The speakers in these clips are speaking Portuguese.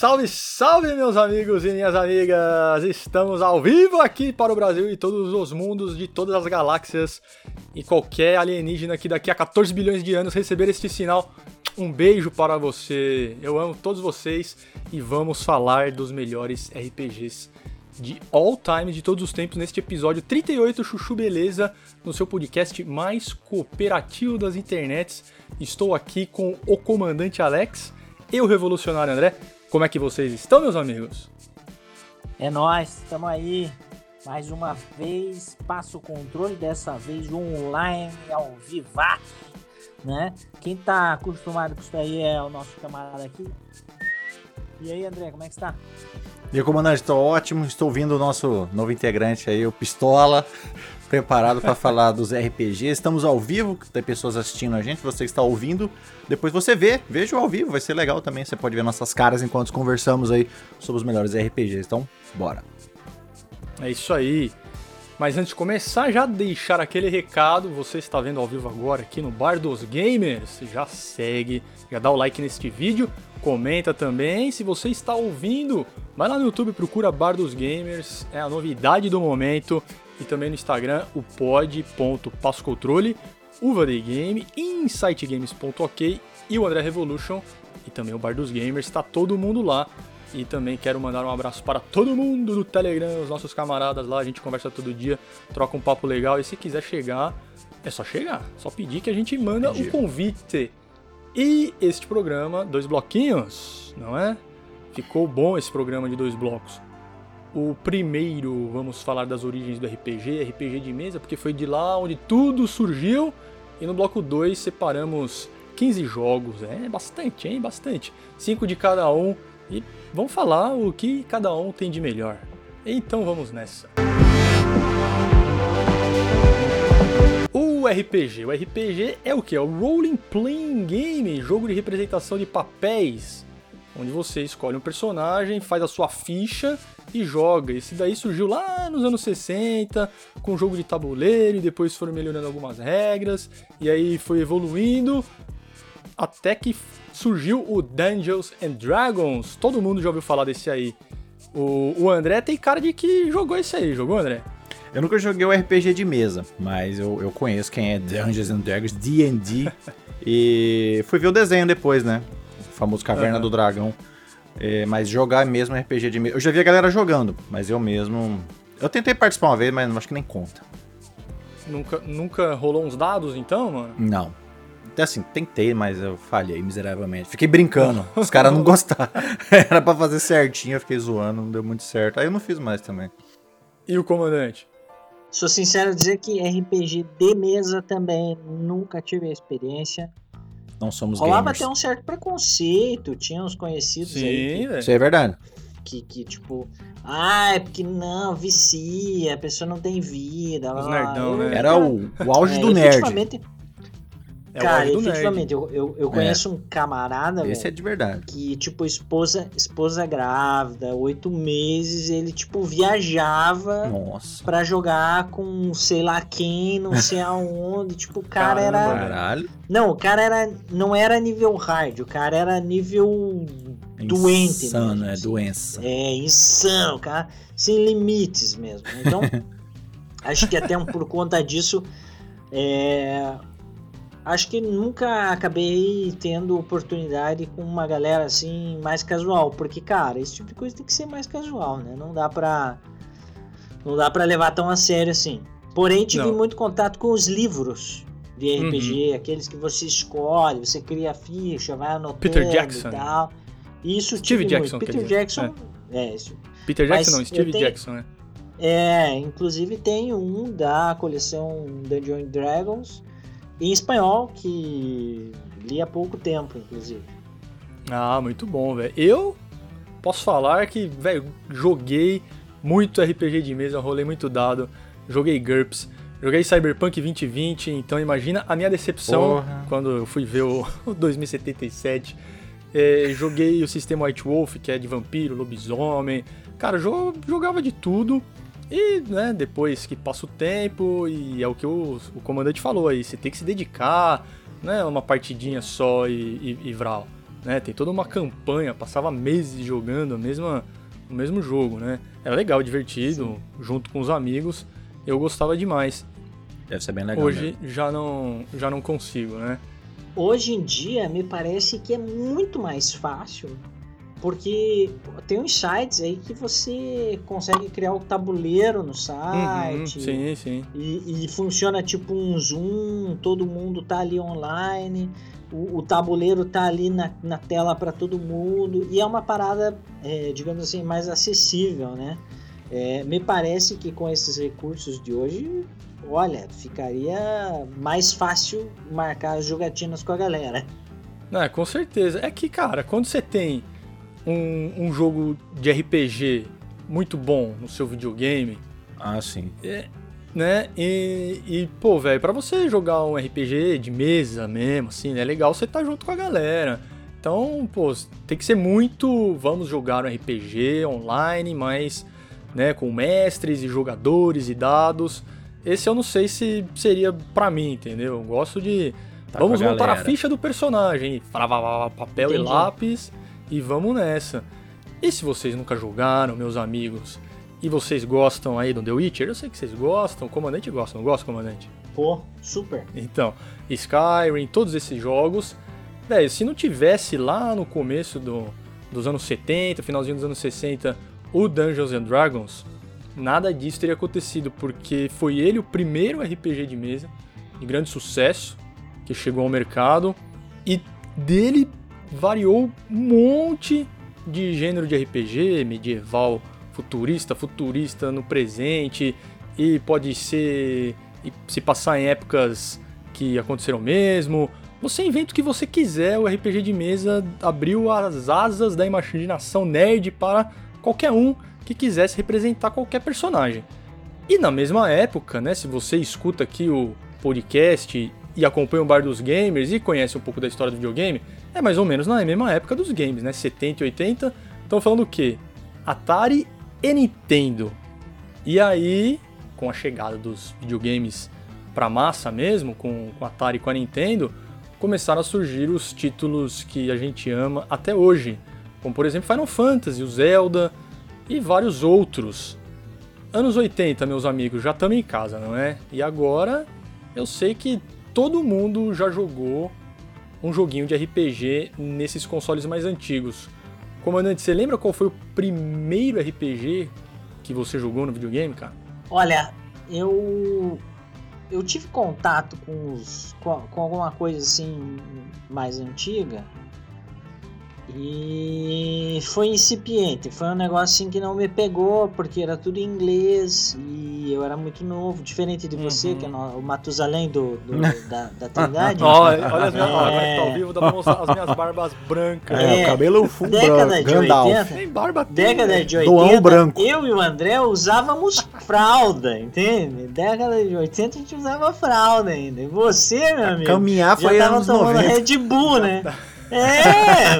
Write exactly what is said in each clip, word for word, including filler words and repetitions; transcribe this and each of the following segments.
Salve, salve, meus amigos e minhas amigas! Estamos ao vivo aqui para o Brasil e todos os mundos de todas as galáxias e qualquer alienígena que daqui a quatorze bilhões de anos receber este sinal. Um beijo para você, eu amo todos vocês e vamos falar dos melhores R P Gs de all time, de todos os tempos, neste episódio trinta e oito, Chuchu Beleza, no seu podcast mais cooperativo das internets. Estou aqui com o comandante Alex e o revolucionário André. Como é que vocês estão, meus amigos? É nóis, estamos aí, mais uma vez, passa o controle, dessa vez online, ao vivaço, né? Quem tá acostumado com isso aí é o nosso camarada aqui. E aí, André, como é que está? E aí, comandante, estou ótimo, estou ouvindo o nosso novo integrante aí, o Pistola, preparado para falar dos R P Gs. Estamos ao vivo, tem pessoas assistindo a gente, você está ouvindo, depois você vê, veja ao vivo, vai ser legal também, você pode ver nossas caras enquanto conversamos aí sobre os melhores R P Gs, então bora. É isso aí. Mas antes de começar, já deixar aquele recado, você está vendo ao vivo agora aqui no Bar dos Gamers, já segue, já dá o like neste vídeo, comenta também. Se você está ouvindo, vai lá no YouTube, procura Bar dos Gamers, é a novidade do momento. E também no Instagram, o pod ponto passocontrole, uvadegame, insightgames.ok e o André Revolution e também o Bar dos Gamers, está todo mundo lá. E também quero mandar um abraço para todo mundo do Telegram, os nossos camaradas lá, a gente conversa todo dia, troca um papo legal. E se quiser chegar, é só chegar, só pedir que a gente manda o convite. E este programa, dois bloquinhos, não é? Ficou bom esse programa de dois blocos. O primeiro, vamos falar das origens do R P G, R P G de mesa, porque foi de lá onde tudo surgiu. E no bloco dois separamos quinze jogos, é bastante, hein? Bastante. cinco de cada um. E vamos falar o que cada um tem de melhor. Então vamos nessa. O R P G. O R P G é o que? É o Role Playing Game, jogo de representação de papéis, onde você escolhe um personagem, faz a sua ficha e joga. Esse daí surgiu lá nos anos sessenta, com jogo de tabuleiro, e depois foram melhorando algumas regras, e aí foi evoluindo, até que surgiu o Dungeons and Dragons. Todo mundo já ouviu falar desse aí. O, o André tem cara de que jogou esse aí. Jogou, André? Eu nunca joguei o R P G de mesa, mas eu, eu conheço quem é Dungeons and Dragons, D and D. E fui ver o desenho depois, né? O famoso Caverna uhum. do Dragão. É, mas jogar mesmo R P G de mesa... Eu já vi a galera jogando, mas eu mesmo... Eu tentei participar uma vez, mas acho que nem conta. Nunca, nunca rolou uns dados, então, mano? Não. Até assim, tentei, mas eu falhei miseravelmente. Fiquei brincando, os caras não gostaram. Era pra fazer certinho, eu fiquei zoando, não deu muito certo. Aí eu não fiz mais também. E o comandante? Sou sincero a dizer que R P G de mesa também nunca tive a experiência. Não somos Rolava gamers. até um certo preconceito, tinha uns conhecidos Sim, aí. Que, isso é verdade. Que, que tipo, ah, é porque não, vicia, a pessoa não tem vida. Os lá, nerdão, né? Era o, o auge é, do nerd. É Cara, do efetivamente, nerd. eu, eu, eu conheço é. um camarada, Esse véio, é de verdade. que, tipo, esposa, esposa grávida, oito meses, ele, tipo, viajava Nossa. pra jogar com sei lá quem, não sei aonde, tipo, o cara Caramba, era... Caralho. Não, o cara era, não era nível hard, o cara era nível doente. Insano, mesmo, é assim. doença. É, insano, cara, sem limites mesmo. Então, acho que até por conta disso, é... Acho que nunca acabei tendo oportunidade com uma galera assim mais casual, porque, cara, esse tipo de coisa tem que ser mais casual, né? Não dá pra, não dá pra levar tão a sério assim. Porém, tive não. muito contato com os livros de R P G, uhum. aqueles que você escolhe, você cria a ficha, vai anotando Peter Jackson. e tal. Isso Steve tive Jackson, muito. Peter Jackson, é. é isso. Peter Jackson Mas não, Steve tenho... Jackson, né? É, inclusive tem um da coleção Dungeons and Dragons, em espanhol, que li há pouco tempo, inclusive. Ah, muito bom, velho. Eu posso falar que, velho, joguei muito R P G de mesa, rolei muito dado, joguei GURPS, joguei Cyberpunk vinte vinte, então imagina a minha decepção Porra. quando eu fui ver o, o dois mil e setenta e sete. É, joguei o sistema White Wolf, que é de vampiro, lobisomem. Cara, jo- jogava de tudo. E, né, depois que passa o tempo, e é o que o, o comandante falou aí, você tem que se dedicar, não é uma partidinha só e, e, e vral. né? Tem toda uma campanha, passava meses jogando a mesma, o mesmo jogo, né? Era legal, divertido, Sim. junto com os amigos, eu gostava demais. Deve ser bem legal. Hoje já não, já não consigo, né? Hoje em dia, me parece que é muito mais fácil, porque tem uns sites aí que você consegue criar o tabuleiro no site. Uhum, sim, sim. E, e funciona tipo um Zoom, todo mundo tá ali online, o, o tabuleiro tá ali na, na tela para todo mundo, e é uma parada, é, digamos assim, mais acessível, né? É, me parece que com esses recursos de hoje, olha, ficaria mais fácil marcar as jogatinas com a galera. É, com certeza. É que, cara, quando você tem um, um jogo de R P G muito bom no seu videogame... Ah, sim. É, né? E, e pô, velho, pra você jogar um R P G de mesa mesmo, assim, é legal você estar junto com a galera. Então, pô, tem que ser muito... Vamos jogar um R P G online, mas, né, com mestres e jogadores e dados... Esse eu não sei se seria pra mim, entendeu? Eu gosto de... Tá, vamos a montar a ficha do personagem. Papel Entendi. E lápis e vamos nessa. E se vocês nunca jogaram, meus amigos, e vocês gostam aí do The Witcher, eu sei que vocês gostam, o Comandante gosta, não gosta, Comandante? Pô, super. Então, Skyrim, todos esses jogos... Velho, se não tivesse lá no começo do, dos anos setenta, finalzinho dos anos sessenta, o Dungeons and Dragons... Nada disso teria acontecido, porque foi ele o primeiro R P G de mesa de grande sucesso que chegou ao mercado, e dele variou um monte de gênero de R P G, medieval, futurista, futurista no presente, e pode ser e se passar em épocas que aconteceram mesmo. Você inventa o que você quiser, o R P G de mesa abriu as asas da imaginação nerd para qualquer um que quisesse representar qualquer personagem. E na mesma época, né, se você escuta aqui o podcast e acompanha o Bar dos Gamers e conhece um pouco da história do videogame, é mais ou menos na mesma época dos games, né, setenta e oitenta, estão falando o quê? Atari e Nintendo. E aí, com a chegada dos videogames pra massa mesmo, com, com a Atari e com a Nintendo, começaram a surgir os títulos que a gente ama até hoje, como por exemplo Final Fantasy, o Zelda e vários outros. Anos oitenta, meus amigos, já estamos em casa, não é? E agora eu sei que todo mundo já jogou um joguinho de R P G nesses consoles mais antigos. Comandante, você lembra qual foi o primeiro R P G que você jogou no videogame, cara? Olha, eu eu tive contato com, os, com, com alguma coisa assim mais antiga, e foi incipiente, foi um negócio assim que não me pegou, porque era tudo em inglês e eu era muito novo, diferente de você, uhum. que é o Matusalém do, do, da, da Trindade. Olha, olha as minhas barbas, é... tá ao vivo, dá pra mostrar as minhas barbas brancas. É, é o cabelo full branco, Gandalf. Tem barba década de oitenta, branco. Eu e o André usávamos fralda, entende? Década de oitenta a gente usava fralda ainda. E você, meu amigo, caminhar foi já tava anos tomando noventa. Red Bull, né? É!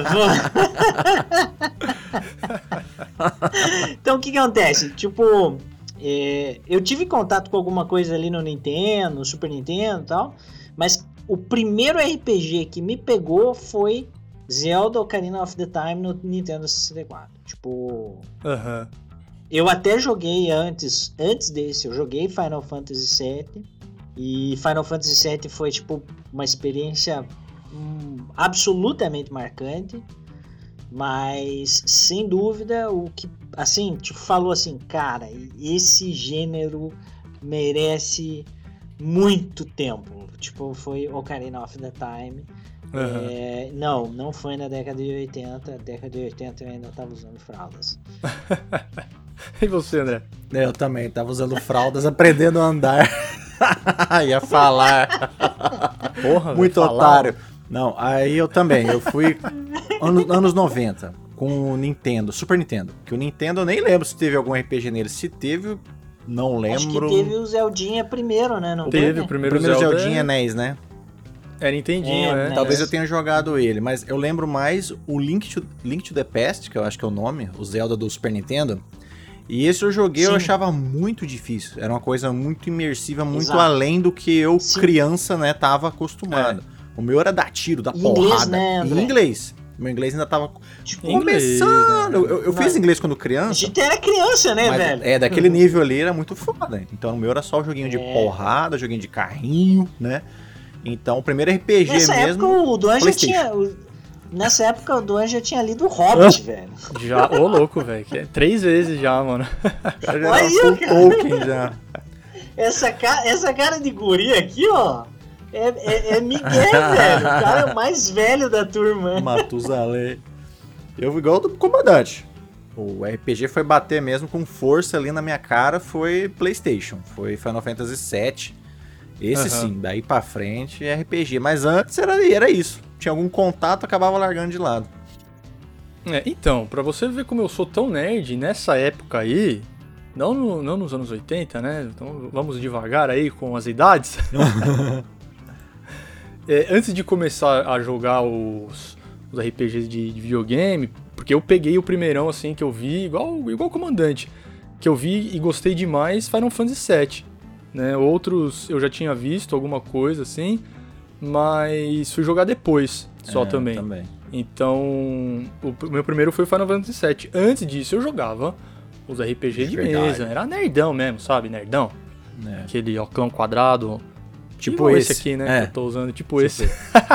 Então o que que acontece? Tipo, é, eu tive contato com alguma coisa ali no Nintendo, no Super Nintendo e tal, mas o primeiro R P G que me pegou foi Zelda Ocarina of the Time no Nintendo sessenta e quatro. Tipo, uhum. eu até joguei antes, antes desse, eu joguei Final Fantasy sete, e Final Fantasy sete foi tipo uma experiência Hum, absolutamente marcante, mas sem dúvida o que, assim, tipo, falou assim, cara, esse gênero merece muito tempo, tipo, foi Ocarina of the Time. Uhum. É, não, não foi na década de oitenta, na década de oitenta eu ainda tava usando fraldas. E você, André? Eu também, tava usando fraldas, aprendendo a andar. Ia falar. Porra, muito falar. Otário. Não, aí eu também, eu fui anos, anos noventa, com o Nintendo, Super Nintendo, que o Nintendo eu nem lembro se teve algum R P G nele, se teve, não lembro. Acho que teve o Zeldinha primeiro, né? Não teve, teve o primeiro, o primeiro Zelda Zeldinha é N E S, né? É Nintendinho, é, né? Talvez eu tenha jogado ele, mas eu lembro mais o Link to, Link to the Past, que eu acho que é o nome, o Zelda do Super Nintendo. E esse eu joguei, Sim. eu achava muito difícil, era uma coisa muito imersiva, muito Exato. Além do que eu, Sim. criança, né, tava acostumado. É. O meu era dar tiro, dar em porrada. Inglês, né, em inglês. Meu inglês ainda tava Tipo, Inglês, começando. né? Eu, eu- eu fiz Vai. inglês quando a criança. gente era criança, né, Mas velho? é, daquele nível ali era muito foda. Então o meu era só joguinho de É. porrada, joguinho de carrinho, né? Então o primeiro R P G Nessa mesmo. época o Duan já PlayStation. tinha. o- Nessa época o Duan já tinha lido o Hobbit, velho. Já, ô louco, velho. que é Três vezes já, mano. Já Olha era aí, full cara. Tolkien já. Essa, ca... Essa cara de guri aqui, ó. É, é, é Miguel, velho. O cara é o mais velho da turma. Matusalém. Eu igual do comandante. O R P G foi bater mesmo com força ali na minha cara, foi PlayStation, foi Final Fantasy sete. Esse Aham. sim, daí pra frente é R P G. Mas antes era, era isso. Tinha algum contato, acabava largando de lado. É, então, pra você ver como eu sou tão nerd, nessa época aí, não, no- não nos anos oitenta, né? Então vamos devagar aí com as idades. É, antes de começar a jogar os, os R P Gs de, de videogame, porque eu peguei o primeirão assim que eu vi, igual igual comandante, que eu vi e gostei demais, Final Fantasy sete. Né? Outros eu já tinha visto alguma coisa assim, mas fui jogar depois só É, também. também. Então, o p- meu primeiro foi Final Fantasy sete. Antes disso eu jogava os R P G de Verdade. mesa, era nerdão mesmo, sabe? Nerdão. É. Aquele óculos quadrado. Tipo Igual esse esse. aqui, né? É. Que eu tô usando, tipo, Tipo esse.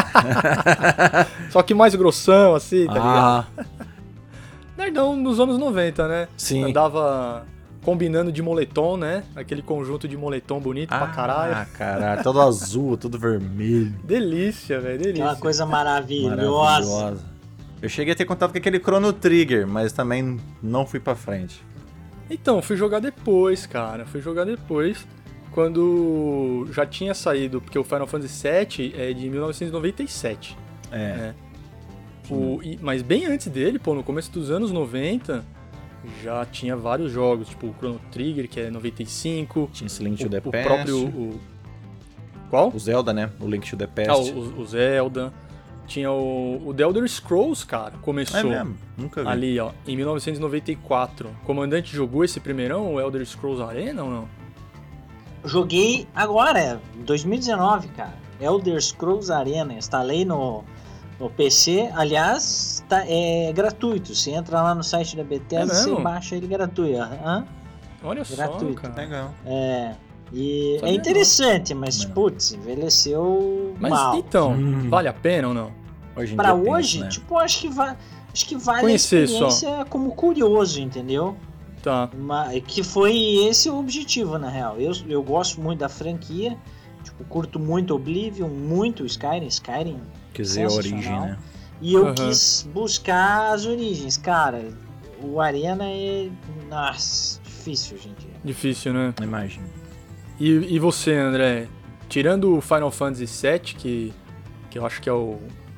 Só que mais grossão, assim, tá ligado? Ah, Nerdão nos anos noventa, né? sim. Andava combinando de moletom, né? Aquele conjunto de moletom bonito pra caralho. Ah, caralho. Todo azul, todo vermelho. Delícia, velho, delícia. Aquela coisa maravilhosa. Maravilhosa. Eu cheguei a ter contato com aquele Chrono Trigger, mas também não fui pra frente. Então, fui jogar depois, cara. Fui jogar depois, quando já tinha saído, porque o Final Fantasy sete é de mil novecentos e noventa e sete. É. O, e- mas bem antes dele, pô, no começo dos anos noventa, já tinha vários jogos, tipo o Chrono Trigger, que é noventa e cinco, Tinha esse Link to o, the o Past. próprio... O, qual? O Zelda, né? O Link to the Past. Ah, o, o Zelda. Tinha o, o The Elder Scrolls, cara, começou É mesmo? Nunca vi. ali, ó, em mil novecentos e noventa e quatro. O comandante jogou esse primeirão, o Elder Scrolls Arena ou não? Joguei agora, em dois mil e dezenove, cara. Elder Scrolls Arena. Instalei no, no P C. Aliás, tá, é gratuito. Você entra lá no site da Bethesda, É você mesmo? baixa ele gratuito. Aham. Olha Gratuito. só, cara. Legal. É. E Sabia é interessante, mas, Também não. putz, envelheceu Mas mal. então, Hum. vale a pena ou não? Hoje em Pra dia tem hoje, isso, né? tipo, acho que, va acho que vale Conhecer a experiência como curioso, entendeu? Tá. Mas, que foi esse o objetivo, na real. Eu, eu gosto muito da franquia, tipo, curto muito Oblivion, muito Skyrim, Skyrim, Quer dizer, a origem, sensacional. né? e eu Aham. quis buscar as origens. Cara, o Arena é, nossa, difícil hoje em dia. Difícil, né? Imagina. E, e você, André? Tirando o Final Fantasy sete, que, que eu acho que é o,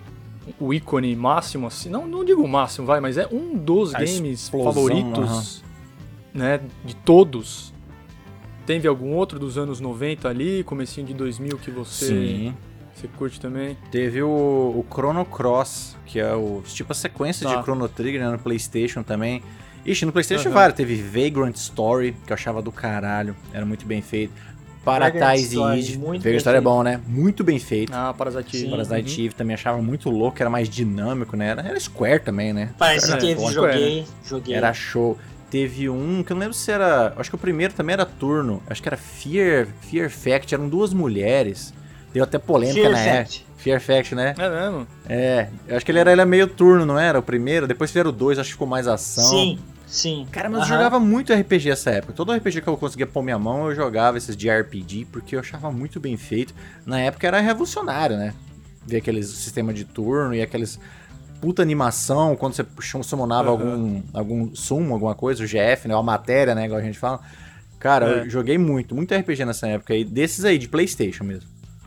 o ícone máximo, assim, não, não digo o máximo, vai, mas é um dos A games explosão, favoritos, né, de todos. Teve algum outro dos anos noventa ali, comecinho de dois mil que você, Sim. você curte também? Teve o, o Chrono Cross, que é o tipo a sequência Tá. de Chrono Trigger, né, no PlayStation também. Ixi, no PlayStation Aham. vários. Teve Vagrant Story, que eu achava do caralho. Era muito bem feito. Vagrant Paradise Story, Eve. muito Vagrant bem Story é feito. bom, né? Muito bem feito. Ah, Parasite Sim. Eve. Parasite Uhum. Eve também achava muito louco, era mais dinâmico, né? Era, era Square também, né? Parece É, que teve, bom, joguei, joguei. Era show. Teve um que eu não lembro se era. Acho que o primeiro também era turno. Acho que era Fear, Fear Fact. Eram duas mulheres. Deu até polêmica Fear na época. Fact. Fear Fact, né? É mesmo? É. Eu acho que ele era, ele era meio turno, não era? O primeiro. Depois fizeram o dois, acho que ficou mais ação. Sim, sim. Cara, mas eu Aham. jogava muito R P G nessa época. Todo R P G que eu conseguia pôr minha mão, eu jogava esses de R P G, porque eu achava muito bem feito. Na época era revolucionário, né? Ver aqueles sistema de turno e aqueles puta animação, quando você puxou- summonava Aham. algum, algum sumo, alguma coisa, o G F, né? Uma matéria, né? Igual a gente fala. Cara, É. eu joguei muito, muito R P G nessa época aí. Desses aí, de PlayStation mesmo.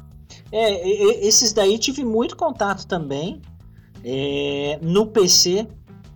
É, e- e- esses daí tive muito contato também. É, no P C,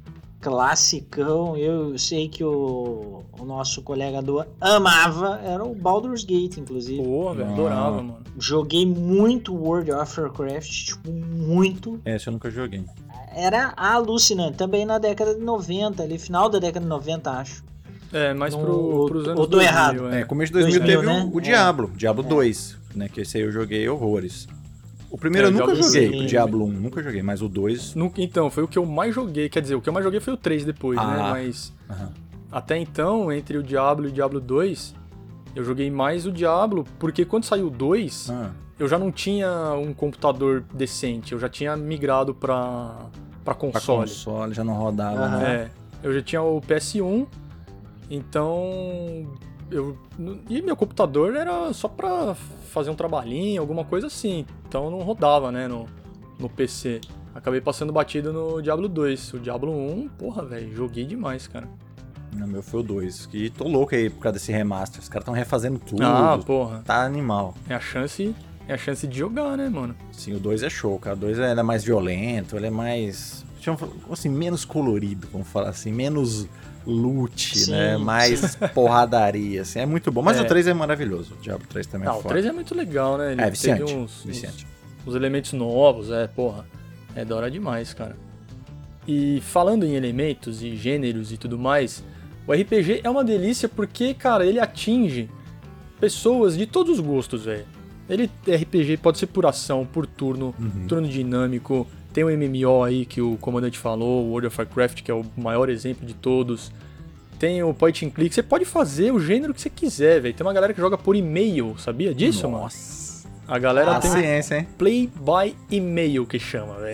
classicão, eu sei que o, o nosso colega do amava, era o Baldur's Gate, inclusive. Pô, velho, Ah. adorava, mano. Joguei muito World of Warcraft, tipo, muito. Essa eu nunca joguei. Era alucinante, também na década de noventa, ali, final da década de noventa, acho. É, mais No- pro, pros o- anos o do dois mil, errado. É, é. começo de dois mil dois mil, teve né? o, o É. Diablo, Diablo dois, né? Que esse aí eu joguei horrores. O primeiro É, eu o nunca Diablo joguei, dois. o Diablo um, nunca joguei, mas o dois... Nunca- Então, foi o que eu mais joguei. Quer dizer, o que eu mais joguei foi o três depois, né? Ah. Mas Aham. até então, entre o Diablo e o Diablo dois, eu joguei mais o Diablo, porque quando saiu o dois, Ah, eu já não tinha um computador decente, eu já tinha migrado pra, pra pra console. console já não rodava, Aham. né? É, eu já tinha o P S um, então eu e meu computador era só pra fazer um trabalhinho, alguma coisa assim, então não rodava, né, no, no P C. Acabei passando batido no Diablo dois. O Diablo um, porra, velho, joguei demais, cara. O meu foi o dois. E tô louco aí por causa desse remaster. Os caras tão refazendo tudo. Ah, porra, Tá animal. é a chance, é a chance de jogar, né, mano? Sim, o dois é show, cara. O dois ele é mais violento, ele é mais... assim, menos colorido, vamos falar assim. Menos loot, Sim, né? Mais porradaria, assim. É muito bom. Mas É. o três é maravilhoso. O Diablo três também é Ah, o foda. três é muito legal, né? Ele É, viciante. teve uns, viciante. uns, uns elementos novos, é, porra. É da hora demais, cara. E falando em elementos e gêneros e tudo mais, o R P G é uma delícia porque, cara, ele atinge pessoas de todos os gostos, velho. Ele, R P G pode ser por ação, por turno, Uhum. turno dinâmico. Tem o M M O aí que o comandante falou, o World of Warcraft, que é o maior exemplo de todos. Tem o point and click. Você pode fazer o gênero que você quiser, velho. Tem uma galera que joga por e-mail, sabia disso, mano? Nossa. A galera Ah, tem um Paciência, hein? play by e-mail que chama, velho.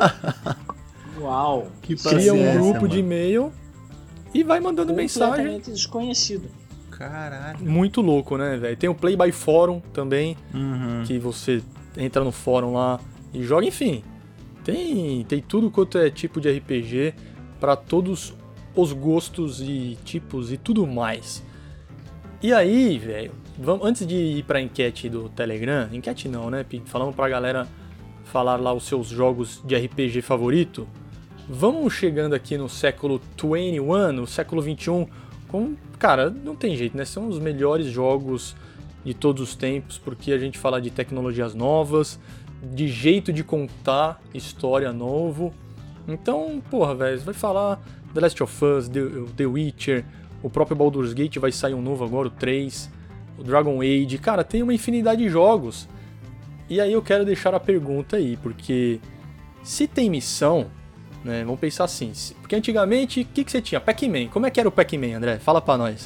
Uau. Que Cria um paciência, grupo mano. de e-mail e vai mandando mensagem. Completamente desconhecido. Caralho. Muito louco, né, velho? Tem o play by fórum também, Uhum. que você entra no fórum lá e joga, enfim. Tem, tem tudo quanto é tipo de R P G pra todos os gostos e tipos e tudo mais. E aí, velho, vamos antes de ir pra enquete do Telegram, enquete não, né? Falando pra galera falar lá os seus jogos de R P G favorito, vamos chegando aqui no século vinte e um, no século vinte e um, com, cara, não tem jeito, né? São os melhores jogos de todos os tempos, porque a gente fala de tecnologias novas, de jeito de contar história novo. Então, porra, velho, você vai falar The Last of Us, The, The Witcher, o próprio Baldur's Gate vai sair um novo agora, o três, o Dragon Age, cara, tem uma infinidade de jogos. E aí eu quero deixar a pergunta aí, porque se tem missão, né, vamos pensar assim, se- porque antigamente, o que, que você tinha? Pac-Man, como é que era o Pac-Man, André? Fala pra nós.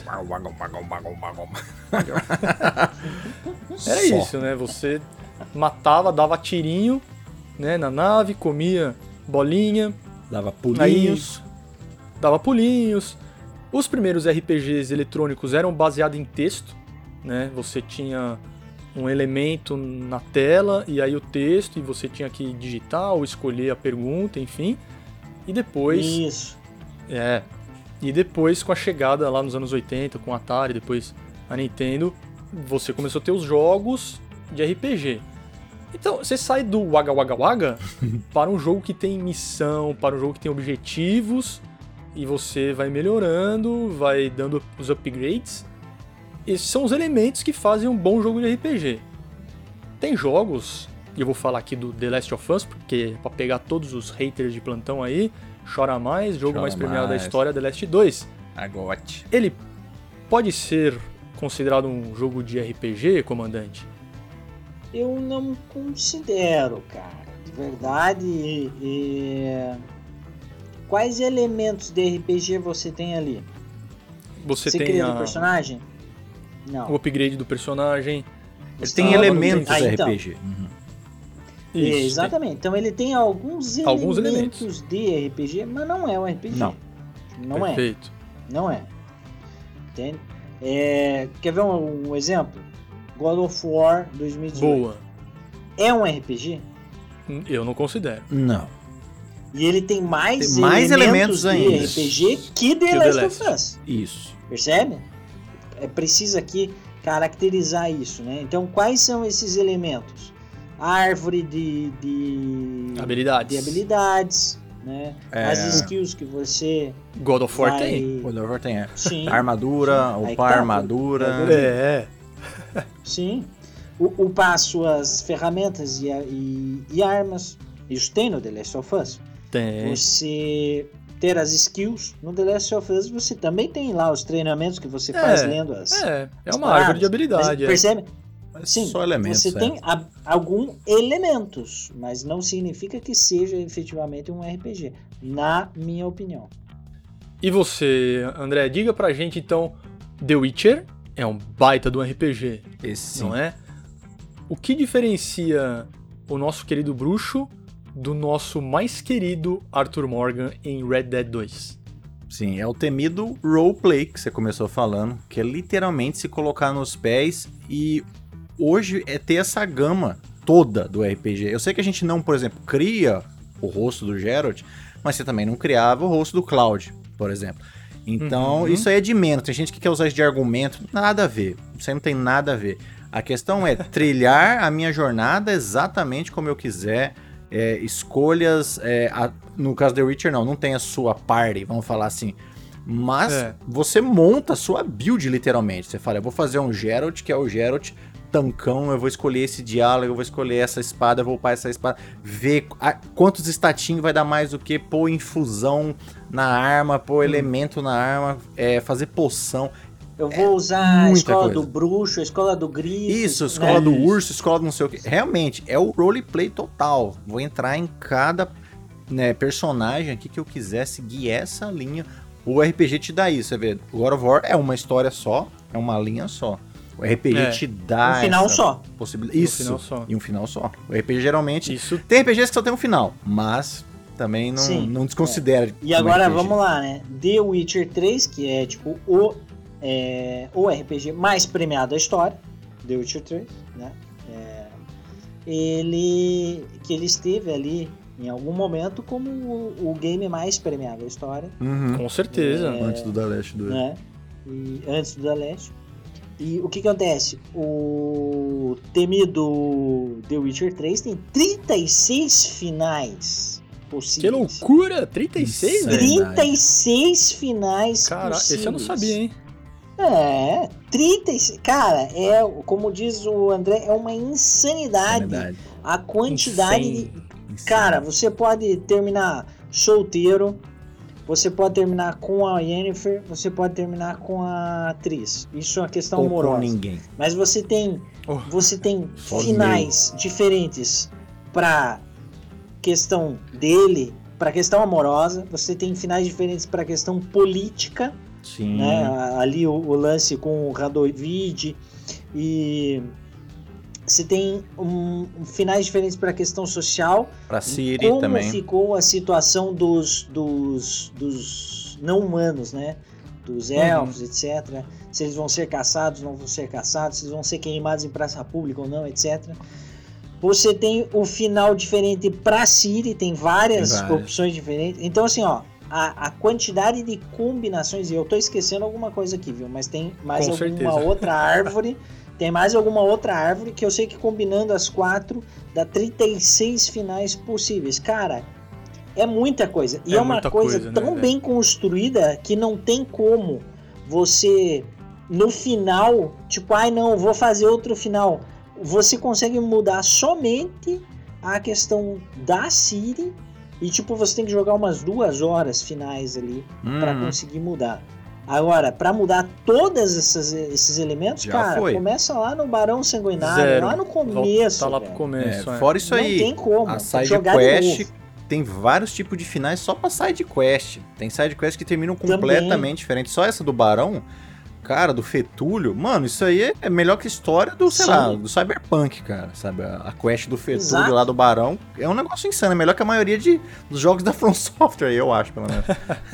Era Só. isso, né, você matava, dava tirinho, né, na nave, comia bolinha, Dava pulinhos. dava pulinhos. Os primeiros R P Gs eletrônicos eram baseados em texto, né? Você tinha um elemento na tela e aí o texto e você tinha que digitar ou escolher a pergunta, enfim. E depois, Isso. é, e depois com a chegada lá nos anos oitenta, com o Atari, depois a Nintendo, você começou a ter os jogos de R P G. Então, você sai do Wagga Wagga Wagga para um jogo que tem missão, para um jogo que tem objetivos, e você vai melhorando, vai dando os upgrades. Esses são os elementos que fazem um bom jogo de R P G. Tem jogos, e eu vou falar aqui do The Last of Us, porque é pra pegar todos os haters de plantão aí, chora mais, jogo Chora mais premiado mais. da história, The Last dois. Agote. Ele pode ser considerado um jogo de R P G, comandante? Eu não considero, cara. De verdade, é... quais elementos de R P G você tem ali? Você, Você tem cria a- do personagem? o Não. upgrade do personagem. Ele Você tem Ah, elementos Ah, R então. P G. Uhum. Isso, É, exatamente. Então ele tem alguns, Alguns elementos, de R P G, mas não é um R P G. Não. Não tem. é. Perfeito. Não é. Entende? É, quer ver um, um exemplo? God of War dois mil e dezoito. Boa. É um R P G? Eu não considero. Não. E ele tem mais, Tem mais elementos de ainda. R P G que The, Que o The Last Last. of Us. Isso. Percebe? É preciso aqui caracterizar isso, né? Então, quais são esses elementos? Árvore de, de Habilidades. de habilidades, né? É. As skills que você God of War vai... tem. O Lover tem é. Sim, Armadura, Aí que upar tá, armadura. É. sim. O, upar suas ferramentas e, a- e, e armas. Isso tem no The Last of Us. Tem. Você ter as skills no The Last of Us, você também tem lá os treinamentos que você faz lendo as... É, é as uma paradas. árvore de habilidade. Mas é. percebe? Mas sim, só elementos, você é. tem a, alguns elementos, mas não significa que seja efetivamente um R P G, na minha opinião. E você, André, diga pra gente então, The Witcher é um baita do R P G, Esse sim. não é? O que diferencia o nosso querido bruxo do nosso mais querido Arthur Morgan em Red Dead dois? Sim, é o temido roleplay que você começou falando, que é literalmente se colocar nos pés e hoje é ter essa gama toda do R P G. Eu sei que a gente não, por exemplo, cria o rosto do Geralt, mas você também não criava o rosto do Cloud, por exemplo. Então, Uhum. isso aí é de menos. Tem gente que quer usar isso de argumento, nada a ver. Isso aí não tem nada a ver. A questão é trilhar a minha jornada exatamente como eu quiser. É, escolhas, é, a, no caso do The Witcher não, não tem a sua party, vamos falar assim, mas É. você monta a sua build literalmente, você fala, eu vou fazer um Geralt, que é o Geralt tancão, eu vou escolher esse diálogo, eu vou escolher essa espada, eu vou upar essa espada, ver a, quantos statinhos vai dar mais do que, pôr infusão na arma, pôr Hum. elemento na arma, é, fazer poção. Eu vou usar a muita escola coisa. do bruxo, a escola do grifo. Isso, né? escola do Isso. urso, escola do não sei o que. Realmente, é o roleplay total. Vou entrar em cada né, personagem aqui que eu quiser seguir essa linha. O R P G te dá isso, você vê. O God of War é uma história só, é uma linha só. O R P G É. te dá Um final essa só. possibilidade. Um Isso, final só. e um final só. O R P G geralmente... Isso Tem R P Gs que só tem um final, mas também não, Sim, não desconsidera. E como agora R P G. vamos lá, né? The Witcher três, que é tipo o, é, o R P G mais premiado da história. The Witcher três, né? É, ele que ele esteve ali em algum momento como o, o game mais premiado da história, Uhum. com certeza. É. Antes do The Last dois. né? E antes do The Last. E o que que acontece? O temido The Witcher três tem trinta e seis finais Que possíveis. loucura! trinta e seis, Isso. velho? trinta e seis finais Cara, possíveis. esse eu não sabia, hein? É, trinta e seis. Cara, é, como diz o André, é uma insanidade, Insanidade. a quantidade Insane. de... Insane. Cara, você pode terminar solteiro, você pode terminar com a Yennefer, você pode terminar com a atriz. Isso é uma questão Ou com amorosa. ninguém. Mas você tem, Oh, você tem Só finais diferentes para questão dele, para questão amorosa. Você tem finais diferentes para questão política, Sim. né? Ali o, o lance com o Radovid e você tem um, um finais diferentes para questão social. Pra Ciri Como também. ficou a situação dos, dos, dos não humanos, né? Dos elfos, etcétera. Se eles vão ser caçados, não vão ser caçados, se eles vão ser queimados em praça pública ou não, etcétera. Você tem o final diferente para Ciri, tem várias, Tem várias. opções diferentes. Então, assim, ó, a, a quantidade de combinações, e eu tô esquecendo alguma coisa aqui, viu? Mas tem mais Com alguma certeza. outra árvore. Tem mais alguma outra árvore que eu sei que combinando as quatro dá trinta e seis finais possíveis. Cara, é muita coisa. E É é, uma muita coisa, coisa, né, tão velho? bem construída que não tem como você, no final, tipo, ai não, vou fazer outro final. Você consegue mudar somente a questão da Ciri e, tipo, você tem que jogar umas duas horas finais ali pra Uhum. conseguir mudar. Agora, pra mudar todos esses, esses elementos, Já cara, foi. começa lá no Barão Sanguinário, Zero. lá no começo. Tá lá pro velho. começo. É, é. fora isso Não aí, tem como. a tem que side jogar de quest novo. tem vários tipos de finais só pra side quest. Tem side quest que terminam Também. completamente diferentes. Só essa do Barão, cara, do Fetúlio, mano, isso aí é melhor que a história do, sei Sim. lá, do Cyberpunk, cara, sabe? A a quest do Fetúlio Exato. lá do Barão é um negócio insano, é melhor que a maioria de, dos jogos da From Software, eu acho, pelo menos.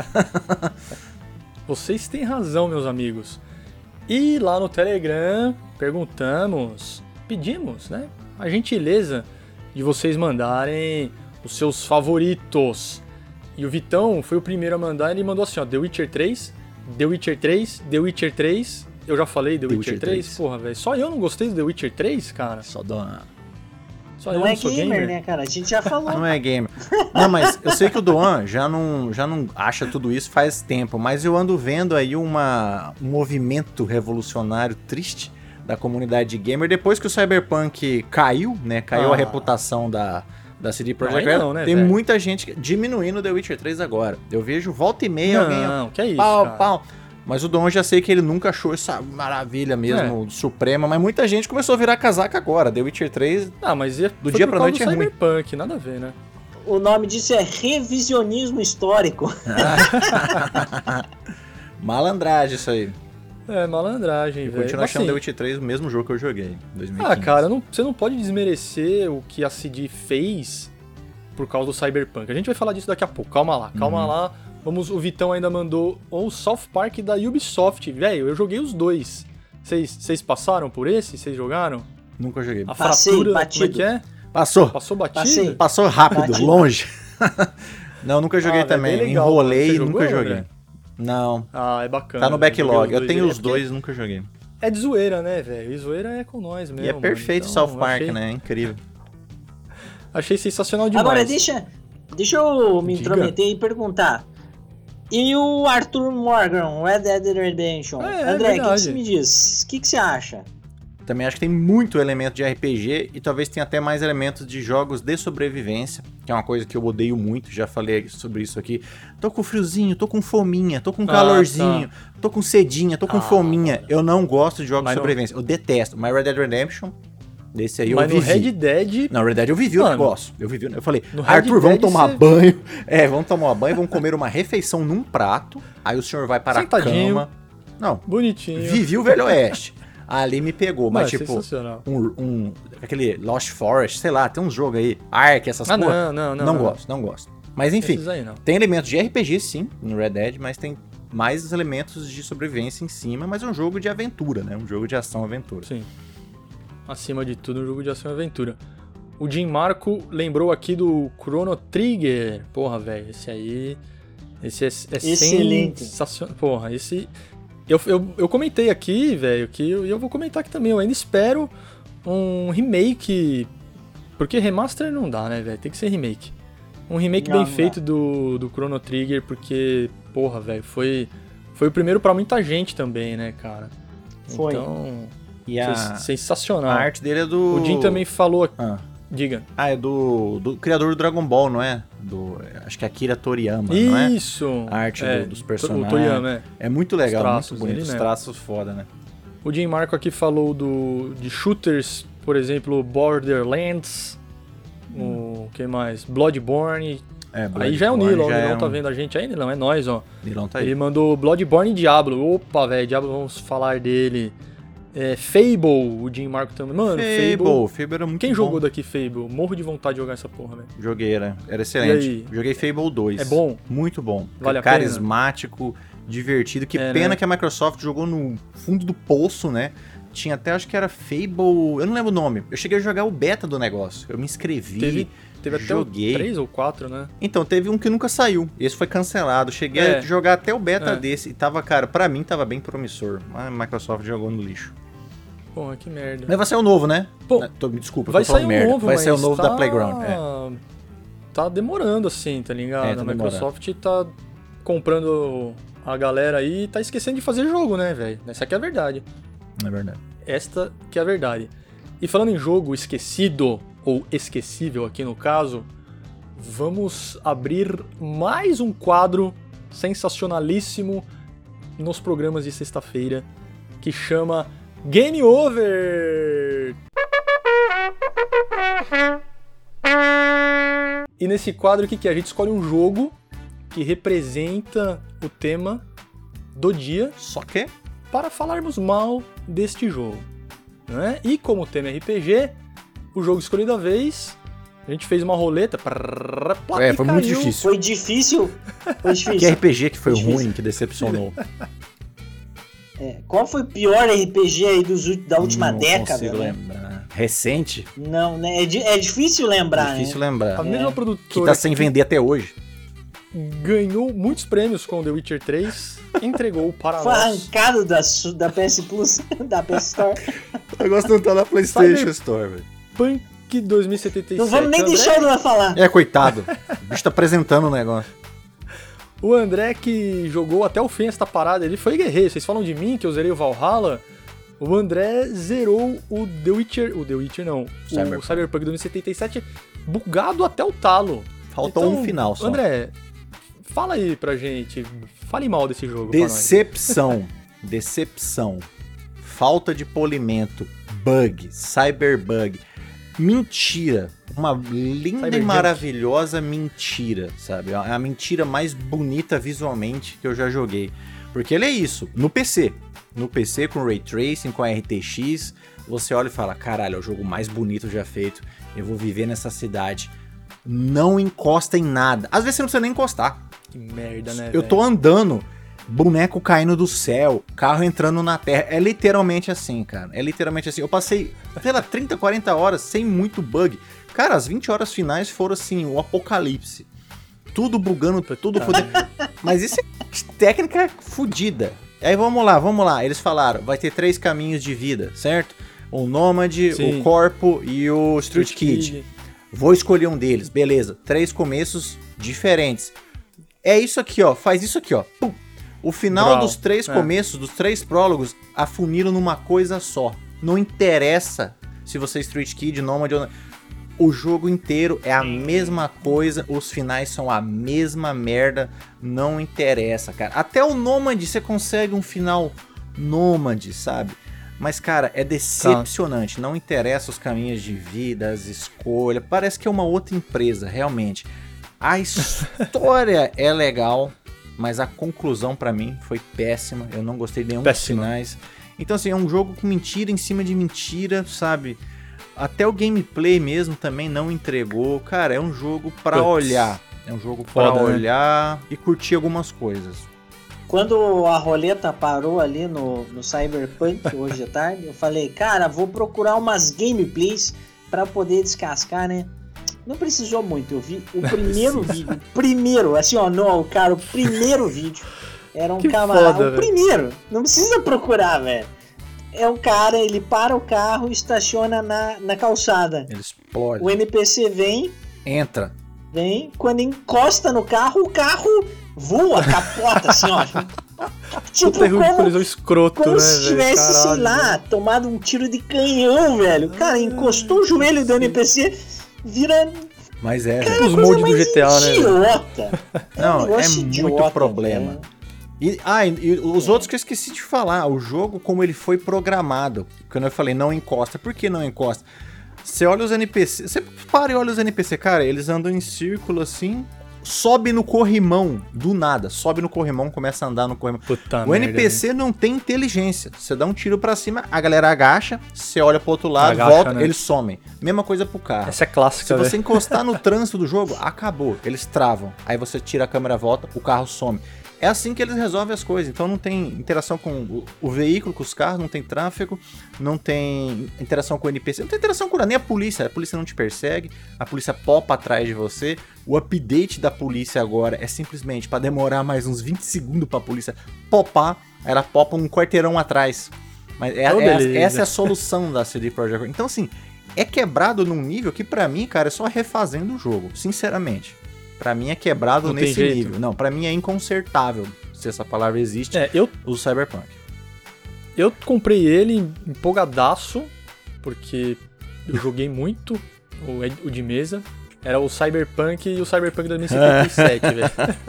Vocês têm razão, meus amigos. E lá no Telegram perguntamos, pedimos, né? A gentileza de vocês mandarem os seus favoritos. E o Vitão foi o primeiro a mandar, ele mandou assim, ó, The Witcher três, The Witcher três, The Witcher três. Eu já falei The, The Witcher, Witcher três, três. porra, velho. Só eu não gostei do The Witcher três, cara. Só dá uma... Só Não eu é não sou gamer, gamer, né, cara? A gente já falou. Não é gamer. Não, mas eu sei que o Doan já não, já não acha tudo isso faz tempo, mas eu ando vendo aí uma, um movimento revolucionário triste da comunidade gamer depois que o Cyberpunk caiu, né? Caiu Ah. a reputação da, da C D Projekt Não, aí Red. não, né, Tem velho? muita gente diminuindo The Witcher três agora. Eu vejo volta e meia alguém Não, que é isso, pau, cara. pau. Mas o Dom eu já sei que ele nunca achou essa maravilha mesmo, É. suprema, mas muita gente começou a virar casaca agora. The Witcher três, Ah, mas é, Do foi dia por pra causa noite do é ruim. Cyberpunk, nada a ver, né? O nome disso é revisionismo histórico. malandragem isso aí. É, malandragem, Eu velho. continuo Mas, achando assim, The Witcher três o mesmo jogo que eu joguei em dois mil e quinze. Ah, cara, não- você não pode desmerecer o que a C D fez por causa do Cyberpunk. A gente vai falar disso daqui a pouco. Calma lá, calma Uhum. lá. Vamos, o Vitão ainda mandou o South Park da Ubisoft. Velho, eu joguei os dois. Vocês passaram por esse? Vocês jogaram? Nunca joguei. A Passei, fratura, batido. como é que é? Passou. Passou batido? Passei. Passou rápido, Batido. longe. Não, nunca joguei Ah, velho, também. bem legal, Enrolei mano. e Você nunca jogou, joguei. André? Não. Ah, é bacana. Tá no Eu joguei backlog. os Eu dois. tenho É os porque dois e nunca joguei. É de zoeira, né, velho? E zoeira é com nós mesmo. E é mano. perfeito Então, South Park, achei, né? É incrível. Achei sensacional demais. Agora, deixa, deixa eu me Diga. intrometer e perguntar. E o Arthur Morgan, Red Dead Redemption? É, é André, o que, que verdade. você me diz? O que, que você acha? Também acho que tem muito elemento de R P G e talvez tenha até mais elementos de jogos de sobrevivência, que é uma coisa que eu odeio muito, já falei sobre isso aqui. Tô com friozinho, tô com fominha, tô com Ah, calorzinho, tô com sedinha, tô com Ah, fominha. Eu não gosto de jogos Mas de não- sobrevivência, eu detesto. Mas Red Dead Redemption, desse aí Mas eu no vivi. Red Dead... Não, Red Dead eu vivi o Mano, negócio. Eu vivi, eu falei, no Red Arthur, vamos Dead tomar você- banho. É, vamos tomar um banho, vamos comer uma refeição num prato. Aí o senhor vai para Sentadinho. a cama. Não, Bonitinho. vivi o Velho Oeste. Ali me pegou, mas Mano, tipo, sensacional. um, um- aquele Lost Forest, sei lá, tem uns jogos aí, Ark, essas Ah, porra. não, não, não. Não não. gosto, não gosto. Mas enfim, Esses aí não. tem elementos de R P G sim, no Red Dead, mas tem mais elementos de sobrevivência em cima, mas é um jogo de aventura, né? Um jogo de ação-aventura. Sim. Acima de tudo, um jogo de ação e aventura. O Jim Marco lembrou aqui do Chrono Trigger. Porra, velho, esse aí... Esse é, é Excelente. sensacional. Porra, esse... Eu, eu, eu comentei aqui, velho, que eu, eu vou comentar aqui também. Eu ainda espero um remake... Porque remaster não dá, né, velho? Tem que ser remake. Um remake Não, bem não feito do, do Chrono Trigger, porque, porra, velho, foi, foi o primeiro pra muita gente também, né, cara? Foi. Então, E a, foi sensacional. a arte dele é do... O Jim também falou... Ah, Diga. Ah, é do, do criador do Dragon Ball, não é? Do, acho que é Akira Toriyama, não é? Isso! A arte é, do- dos personagens. O Toriyama, é. É muito legal, Os traços muito bonito. dele, Os né? traços foda, né? O Jim Marco aqui falou do, de shooters, por exemplo, Borderlands, o que mais? Bloodborne. É, Aí já é o Bloodborne Nilo, ó, o já Nilão é tá um- vendo a gente aí, Nilão? É nóis, ó. Nilão tá aí. Ele mandou Bloodborne e Diablo. Opa, velho, Diablo, vamos falar dele. É, Fable, o Jim Marco também. Mano, Fable. Fable, Fable era muito Quem bom. jogou daqui Fable? Morro de vontade de jogar essa porra, velho. Joguei, era, era excelente. E aí? Joguei Fable dois. É bom? Muito bom. Vale a pena? Carismático, divertido. Que É, pena né? que a Microsoft jogou no fundo do poço, né? Tinha até, acho que era Fable... Eu não lembro o nome. Eu cheguei a jogar o beta do negócio. Eu me inscrevi, Teve, teve até joguei. o três ou quatro, né? Então, teve um que nunca saiu. Esse foi cancelado. Cheguei É. a jogar até o beta É. desse. E tava, cara, pra mim tava bem promissor. Mas a Microsoft jogou no lixo. Porra, que merda. Mas vai sair o novo, né? Pô, Né, tô- me desculpa, Vai tô falando sair um merda. novo, Vai mas sair o novo tá... da Playground. É. Tá demorando assim, tá ligado? É, tá a demorando. Microsoft tá comprando a galera aí e tá esquecendo de fazer jogo, né, velho? Essa aqui é a verdade. É verdade. Esta que é a verdade. E falando em jogo esquecido, ou esquecível aqui no caso, vamos abrir mais um quadro sensacionalíssimo nos programas de sexta-feira, que chama Game Over! E nesse quadro, o que que é? A gente escolhe um jogo que representa o tema do dia Só que... para falarmos mal deste jogo, né? E como o tema é R P G, o jogo escolhido da vez, a gente fez uma roleta. Prrr, plá, É, e foi muito caiu. difícil. Foi difícil? Foi Que difícil. R P G que foi Difícil. ruim, que decepcionou. É, qual foi o pior R P G aí dos, ult- da última Não década? consigo né? lembrar. Recente? Não, né? É, di- é difícil lembrar, Difícil né? lembrar. A mesma É. produtora Que tá sem vender até hoje. ganhou muitos prêmios com The Witcher três, entregou para Foi nós. arrancado da, su- da P S Plus, da P S Store. O negócio não tá na PlayStation Cyber- Store, velho. Punk dois mil e setenta e sete. Não vamos nem André- deixar o Luan falar. É, coitado. O bicho tá apresentando o negócio. O André que jogou até o fim essa parada, ele foi guerreiro. Vocês falam de mim que eu zerei o Valhalla. O André zerou o The Witcher. O The Witcher não. Cyberpunk. O Cyberpunk dois mil e setenta e sete bugado até o talo. Faltou Então, um final só. André, fala aí pra gente, fale mal desse jogo. pra nós. Decepção. Decepção. Falta de polimento. Bug. Cyberbug. Mentira. Uma linda Cyberjunk. e maravilhosa mentira, sabe? É a mentira mais bonita visualmente que eu já joguei. Porque ele é isso. No P C. No P C com Ray Tracing, com R T X, você olha e fala, caralho, é o jogo mais bonito já feito. Eu vou viver nessa cidade. Não encosta em nada. Às vezes você não precisa nem encostar. Que merda, né, Eu velho? tô andando, boneco caindo do céu, carro entrando na terra. É literalmente assim, cara. É literalmente assim. Eu passei, sei lá, trinta, quarenta horas sem muito bug. Cara, as vinte horas finais foram assim, o apocalipse. Tudo bugando, tudo fudendo. Mas isso é técnica fudida. Aí vamos lá, vamos lá. Eles falaram, vai ter três caminhos de vida, certo? O Nômade, Sim. o Corpo e o Street, Street Kid. Kid. Vou escolher um deles, beleza. Três começos diferentes. É isso aqui, ó. Faz isso aqui, ó. Pum. O final Brau. dos três É. começos, dos três prólogos, afuniram numa coisa só. Não interessa se você é Street Kid, Nômade ou... O jogo inteiro é a mesma coisa, os finais são a mesma merda, não interessa, cara. Até o Nômade você consegue um final Nômade, sabe? Mas, cara, é decepcionante. Não interessa os caminhos de vida, as escolhas. Parece que é uma outra empresa, realmente. A história é legal, mas a conclusão pra mim foi péssima. Eu não gostei de nenhum Péssima. dos finais. Então, assim, é um jogo com mentira em cima de mentira, sabe? Até o gameplay mesmo também não entregou. Cara, é um jogo pra Puts. olhar. É um jogo pra Foda, né? olhar e curtir algumas coisas. Quando a roleta parou ali no, no Cyberpunk hoje de tarde, eu falei, cara, vou procurar umas gameplays pra poder descascar, né? Não precisou muito, eu vi o primeiro vídeo, primeiro, assim ó, não, cara, o primeiro vídeo era um Que camarada, foda, o velho. primeiro, não precisa procurar, velho. É um cara, ele para o carro e estaciona na, na calçada. Ele explode. O N P C vem, Entra. vem, quando encosta no carro, o carro voa, capota, assim, ó. Tipo, Puta erro de como, colisão escroto, como né, se velho? tivesse, sei Caralho, lá, velho. tomado um tiro de canhão, velho. Cara, encostou o joelho do N P C, vira Mas é, Tipo velho. os coisa moldes do mais G T A, né, velho? idiota. Não, um negócio é muito idiota, problema. velho. E, ah, e, e os outros que eu esqueci de falar. O jogo, como ele foi programado. Quando eu falei não encosta. Por que não encosta? Você olha os N P C. Você para e olha os N P C, cara. Eles andam em círculo assim. Sobe no corrimão. Do nada. Sobe no corrimão, começa a andar no corrimão. Puta O merda, N P C não tem inteligência. Você dá um tiro pra cima, a galera agacha. Você olha pro outro lado, Agacha, volta, né? eles somem. Mesma coisa pro carro. Essa é clássica, Se velho. você encostar no trânsito do jogo, acabou. Eles travam. Aí você tira a câmera, volta, o carro some. É assim que eles resolvem as coisas. Então não tem interação com o, o veículo, com os carros, não tem tráfego, não tem interação com o N P C, não tem interação com nada, nem a polícia. A polícia não te persegue, a polícia popa atrás de você. O update da polícia agora é simplesmente para demorar mais uns vinte segundos pra polícia popar. Ela popa um quarteirão atrás. Mas é, Oh, é- beleza. essa é a solução da C D Projekt Red. Então assim, é quebrado num nível que pra mim, cara, é só refazendo o jogo, sinceramente. Pra mim é quebrado Não tem nesse jeito. nível. Não, pra mim é inconsertável, se essa palavra existe, É, eu, o Cyberpunk. eu comprei ele empolgadaço, porque eu joguei muito o, o de mesa. Era o Cyberpunk e o Cyberpunk dois mil e setenta e sete, velho.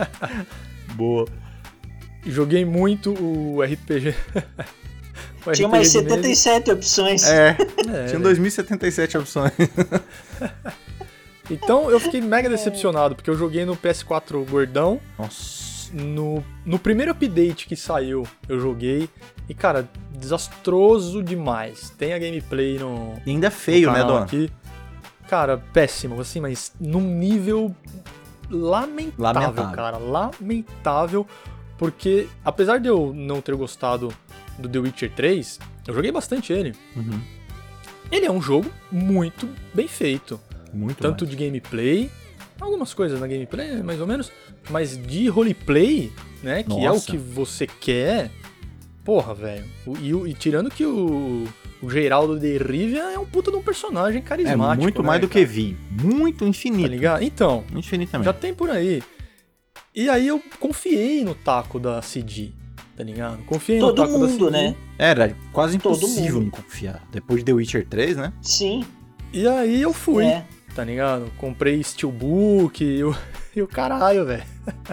Boa. Joguei muito o R P G. o Tinha R P G mais de mesa. setenta e sete opções. É, É, tinha velho. dois mil e setenta e sete opções. Então eu fiquei mega decepcionado, porque eu joguei no P S quatro gordão. Nossa. No, no primeiro update que saiu, eu joguei. E, cara, desastroso demais. Tem a gameplay no. E ainda é feio, no né, canal Dona? aqui. Cara, péssimo, assim, mas num nível lamentável, Lamentável. cara. Lamentável. Porque, apesar de eu não ter gostado do The Witcher três, eu joguei bastante ele. Uhum. Ele é um jogo muito bem feito. Muito Tanto mais. de gameplay, algumas coisas na gameplay, mais ou menos, mas de roleplay, né, que é o Nossa. que você quer, porra, velho. O- E, o- e tirando que o, o Geraldo de Rivia é um puta de um personagem É carismático, muito né, mais do cara? que vi. Muito Tá infinito. ligado? Então, Infinitamente. já tem por aí. E aí eu confiei no taco da C D, tá ligado? Confiei no Todo taco da mundo, C D. né? Era quase Todo impossível mundo. não confiar. Depois de The Witcher três, né? Sim. E aí eu fui, É. tá ligado? Comprei Steelbook e o, e o caralho, velho.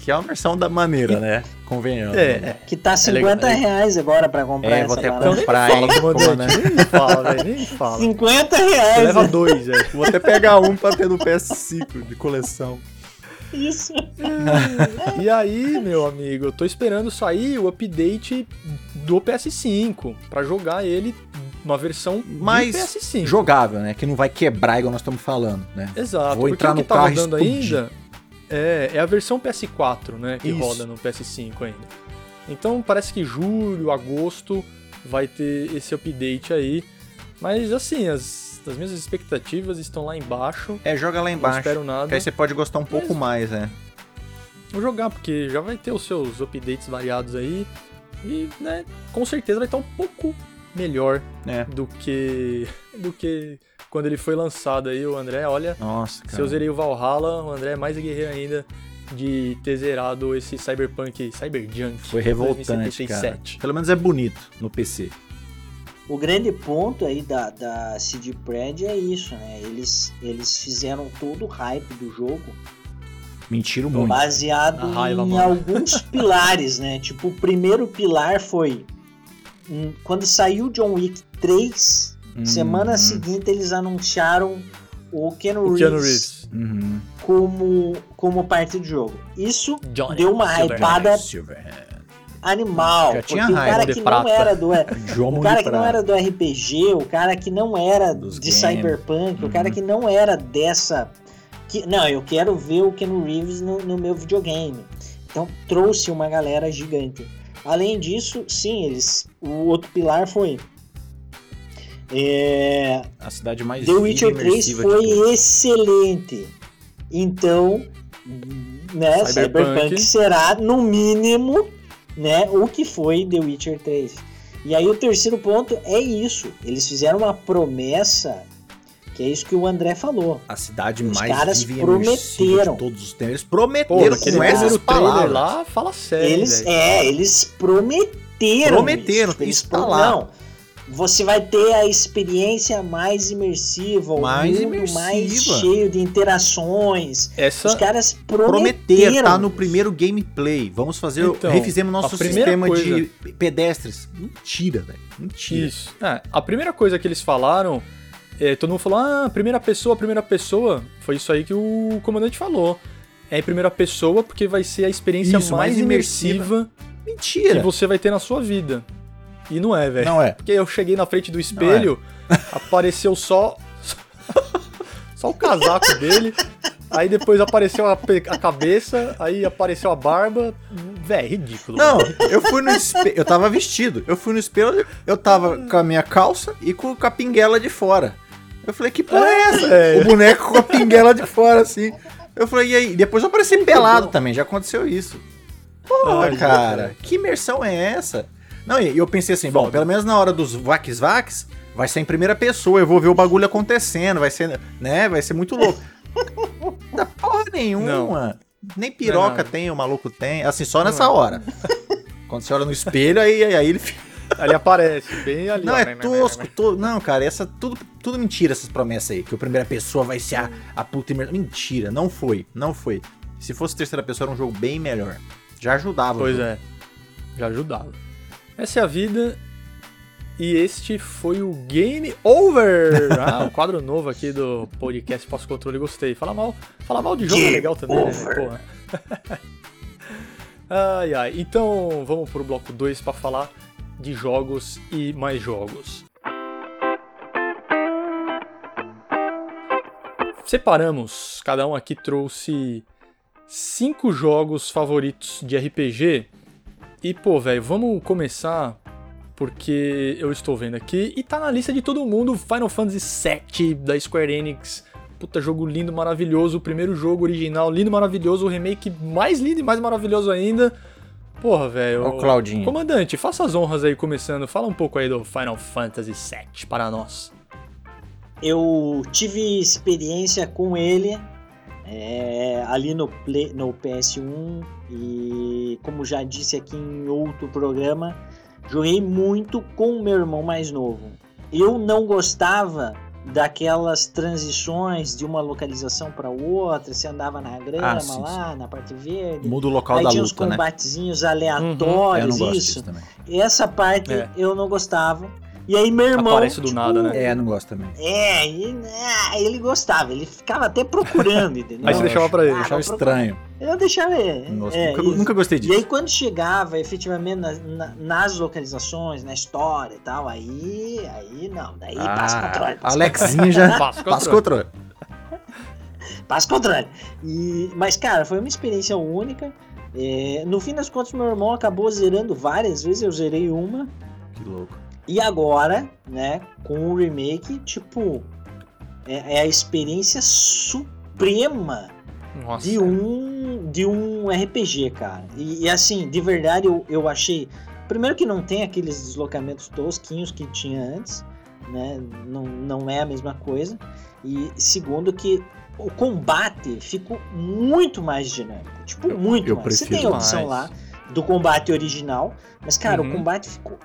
Que é uma versão da maneira, né? Convenhamos. É, é. Que tá cinquenta reais agora pra comprar É, essa vou até parada. comprar, hein, comandante. Nem fala, velho, nem fala. cinquenta Você reais. leva dois, velho. Vou até pegar um pra ter no P S cinco de coleção. Isso. E aí, meu amigo, eu tô esperando sair o update do P S cinco pra jogar ele na versão Mais do P S cinco. jogável, né? Que não vai quebrar igual nós estamos falando, né? Exato. Vou porque entrar o que no tá carro e rodando explodir. ainda é, é a versão P S quatro, né? Que Isso. roda no P S cinco ainda. Então parece que julho, agosto vai ter esse update aí. Mas assim, as, as minhas expectativas estão lá embaixo. É, joga lá Não embaixo. espero nada. Que aí você pode gostar um pouco Mas- mais, né? Vou jogar, porque já vai ter os seus updates variados aí. E, né, com certeza vai estar um pouco melhor É. do que do que quando ele foi lançado aí, o André. Olha, Nossa, se eu cara. zerei o Valhalla, o André é mais guerreiro ainda de ter zerado esse Cyberpunk, Cyberjunk Foi revoltante, dois mil e setenta e cara. sete. Pelo menos é bonito no P C. O grande ponto aí da, da C D Projekt é isso, né? Eles, eles fizeram todo o hype do jogo Mentiro muito. baseado A raiva, em mano. alguns pilares, né? Tipo, o primeiro pilar foi hum, quando saiu John Wick três, Hum, semana hum. seguinte eles anunciaram o Keanu O Reeves, Keanu Reeves. Uhum. como, como parte do jogo. Isso Johnny deu uma Silverhand. hypada Silverhand. animal. Já Porque tinha o raiva cara de que prata. não era do... João O cara de que não Prata. era do R P G, o cara que não era Dos de games. Cyberpunk, Uhum. o cara que não era dessa... Que, não, eu quero ver o Keanu Reeves no, no meu videogame. Então trouxe uma galera gigante. Além disso, sim, eles... O outro pilar foi... É, A cidade mais The Witcher viva e três imersiva foi de todas. excelente. Então, né, Cyberpunk. Cyberpunk será, no mínimo, né, o que foi The Witcher três. E aí o terceiro ponto é isso. Eles fizeram uma promessa, que é isso que o André falou. A cidade Os mais caras viva e imersiva prometeram. de todos os tempos. Eles Pô, prometeram aquele com essas primeiro trailer palavras. lá, fala sério, Eles, velho. é, eles prometeram. Prometeram, isso. Eles isso tá pro- lá. Não, você vai ter a experiência mais imersiva, o Mais mundo imersiva. mais cheio de interações. Essa, Os caras Prometer, prometeram. tá no primeiro gameplay. Vamos fazer, Então, refizemos nosso a primeira sistema coisa- de pedestres. Mentira, velho. Mentira. Isso. É, a primeira coisa que eles falaram, é, todo mundo falou, ah, primeira pessoa, primeira pessoa. Foi isso aí que o comandante falou. É em primeira pessoa porque vai ser a experiência Isso, mais mais imersiva que Mentira. você vai ter na sua vida. E não é, velho. Não é. Porque eu cheguei na frente do espelho, apareceu só só o casaco dele, aí depois apareceu a, pe- a cabeça, aí apareceu a barba. Véi, ridículo. Não, eu fui no espelho. Eu tava vestido. Eu fui no espelho, eu tava com a minha calça e com a pinguela de fora. Eu falei, que porra é essa? É. O boneco com a pinguela de fora, assim. Eu falei, e aí? Depois eu apareci pelado também, já aconteceu isso. Porra, Ai, cara, gente. que imersão é essa? Não, e eu pensei assim, bom, Foda. pelo menos na hora dos Vax Vax, vai ser em primeira pessoa, eu vou ver o bagulho acontecendo, vai ser, né, vai ser muito louco. Da porra nenhuma. Nem piroca Não. tem, o maluco tem, assim, só nessa hora. Quando você olha no espelho, aí, aí, aí ele fica... Ali aparece, bem ali. Não, ó. é tosco, to... não, cara, essa tudo, tudo mentira essas promessas aí, que o primeira pessoa vai ser a, a puta imersão. Mentira, não foi, não foi. Se fosse terceira pessoa, era um jogo bem melhor. Já ajudava. Pois o jogo. é, já ajudava. Essa é a vida. E este foi o Game Over! Ah, um quadro novo aqui do podcast Posso Controle, gostei. Falar mal, falar mal de jogo é Game legal também, né? over. Porra. Ai, ai. Então, vamos pro bloco dois para falar de jogos e mais jogos. Separamos, cada um aqui trouxe cinco jogos favoritos de R P G. E, pô, velho, vamos começar porque eu estou vendo aqui e tá na lista de todo mundo, Final Fantasy sete da Square Enix. Puta, jogo lindo, maravilhoso, o primeiro jogo original, lindo, maravilhoso, o remake mais lindo e mais maravilhoso ainda. Porra, velho. Ó o Claudinho. Comandante, faça as honras aí começando, fala um pouco aí do Final Fantasy sete para nós. Eu tive experiência com ele é, ali no, Play, no P S um e, como já disse aqui em outro programa, joguei muito com o meu irmão mais novo. Eu não gostava daquelas transições de uma localização para outra, você andava na grama Ah, sim, lá, na parte verde. Muda o local Aí da tinha luta, uns né? combatezinhos É, eu aleatórios, não gosto isso. disso também. Essa parte É. eu não gostava. E aí meu irmão... Aparece do nada, né? É, não gosto também. É, e, ah, ele gostava, ele ficava até procurando, entendeu? Aí você deixava pra ele. Ah, Achava vou procurar. estranho. Eu deixava ele. Não gosto- é, nunca, isso. nunca gostei E disso. aí quando chegava efetivamente na- na- nas localizações, na história e tal, aí, aí não, daí passa Ah, controle. Passa Alexinho já Passa passa controle. controle. Passa controle. E, mas, cara, foi uma experiência única. É, no fim das contas, meu irmão acabou zerando várias vezes, eu zerei uma. Que louco. E agora, né, com o remake, tipo, é, é a experiência suprema Nossa. de um, de um R P G, cara. E, e assim, de verdade, eu, eu achei... Primeiro que não tem aqueles deslocamentos tosquinhos que tinha antes, né? Não, não é a mesma coisa. E segundo que o combate ficou muito mais dinâmico. Tipo, Eu- muito eu mais. Você prefiro tem a opção mais. lá do combate original, mas, cara, Uhum. o combate ficou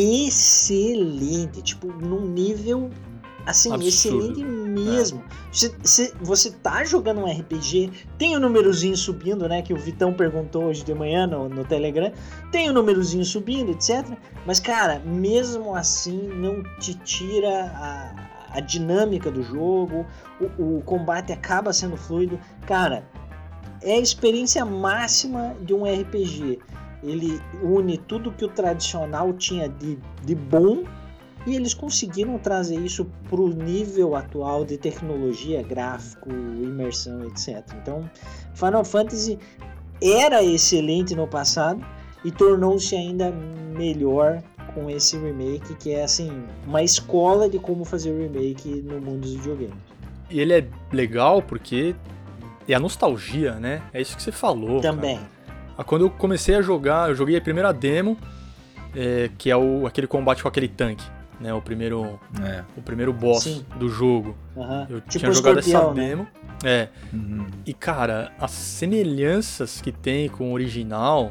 excelente. Tipo, num nível... Assim, Absurdo. excelente mesmo. Você, você, você tá jogando um R P G, tem o númerozinho subindo, né? Que o Vitão perguntou hoje de manhã no, no Telegram. Tem o númerozinho subindo, etcétera. Mas, cara, mesmo assim, não te tira a, a dinâmica do jogo. O, o combate acaba sendo fluido. Cara, é a experiência máxima de um R P G. Ele une tudo que o tradicional tinha de, de bom. E eles conseguiram trazer isso para o nível atual de tecnologia, gráfico, imersão, etcétera. Então, Final Fantasy era excelente no passado e tornou-se ainda melhor com esse remake, que é assim, uma escola de como fazer remake no mundo dos videogames. E ele é legal porque é a nostalgia, né? É isso que você falou. Também. Cara. Quando eu comecei a jogar, eu joguei a primeira demo, é, que é o, aquele combate com aquele tanque. Né, o primeiro É. o primeiro boss Sim. do jogo. Uhum. Eu Tipo tinha o jogado Escorpião, essa né? demo. É. Uhum. E cara, as semelhanças que tem com o original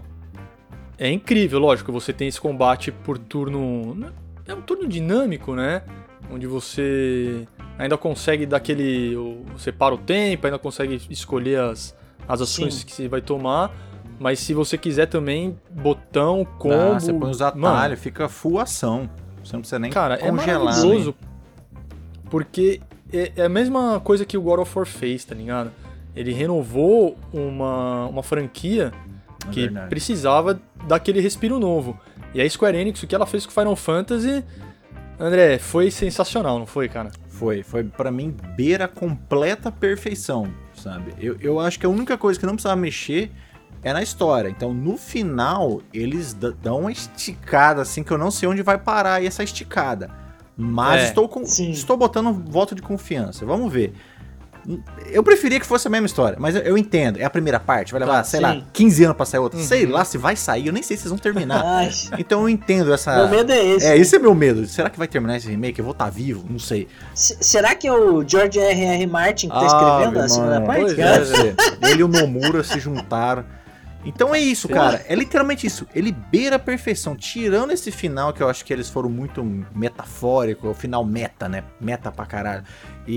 é incrível, lógico, você tem esse combate por turno, é um turno dinâmico, né? Onde você ainda consegue dar aquele, você para o tempo, ainda consegue escolher as, as ações Sim. que você vai tomar. Mas se você quiser também, botão, combo... Ah, você põe os atalhos, mano, fica full ação. Você não precisa nem cara, é congelar. maravilhoso. Porque é, é a mesma coisa que o God of War fez, tá ligado? Ele renovou uma, uma franquia É que verdade. precisava daquele respiro novo. E a Square Enix, o que ela fez com Final Fantasy, André, foi sensacional, não foi, cara? Foi, foi pra mim beira completa perfeição, sabe? Eu, eu acho que a única coisa que não precisava mexer é na história. Então, no final, eles d- dão uma esticada, assim, que eu não sei onde vai parar aí essa esticada. Mas É, estou, com, sim. estou botando um voto de confiança. Vamos ver. Eu preferia que fosse a mesma história, mas eu, eu entendo. É a primeira parte, vai levar, Tá, sei sim. lá, quinze anos pra sair outra. Uhum. Sei lá se vai sair, eu nem sei se vocês vão terminar. Ai, Então eu entendo essa... meu medo é esse. É, né? esse é meu medo. Será que vai terminar esse remake? Eu vou estar vivo? Não sei. S- Será que é o George R R. Martin que tá Ah, escrevendo meu a segunda irmão. parte? Pois cara? Deve ser. Ele e o Nomura se juntaram. Então é isso, cara. É literalmente isso. Ele beira a perfeição. Tirando esse final que eu acho que eles foram muito metafórico, o final meta, né? Meta pra caralho.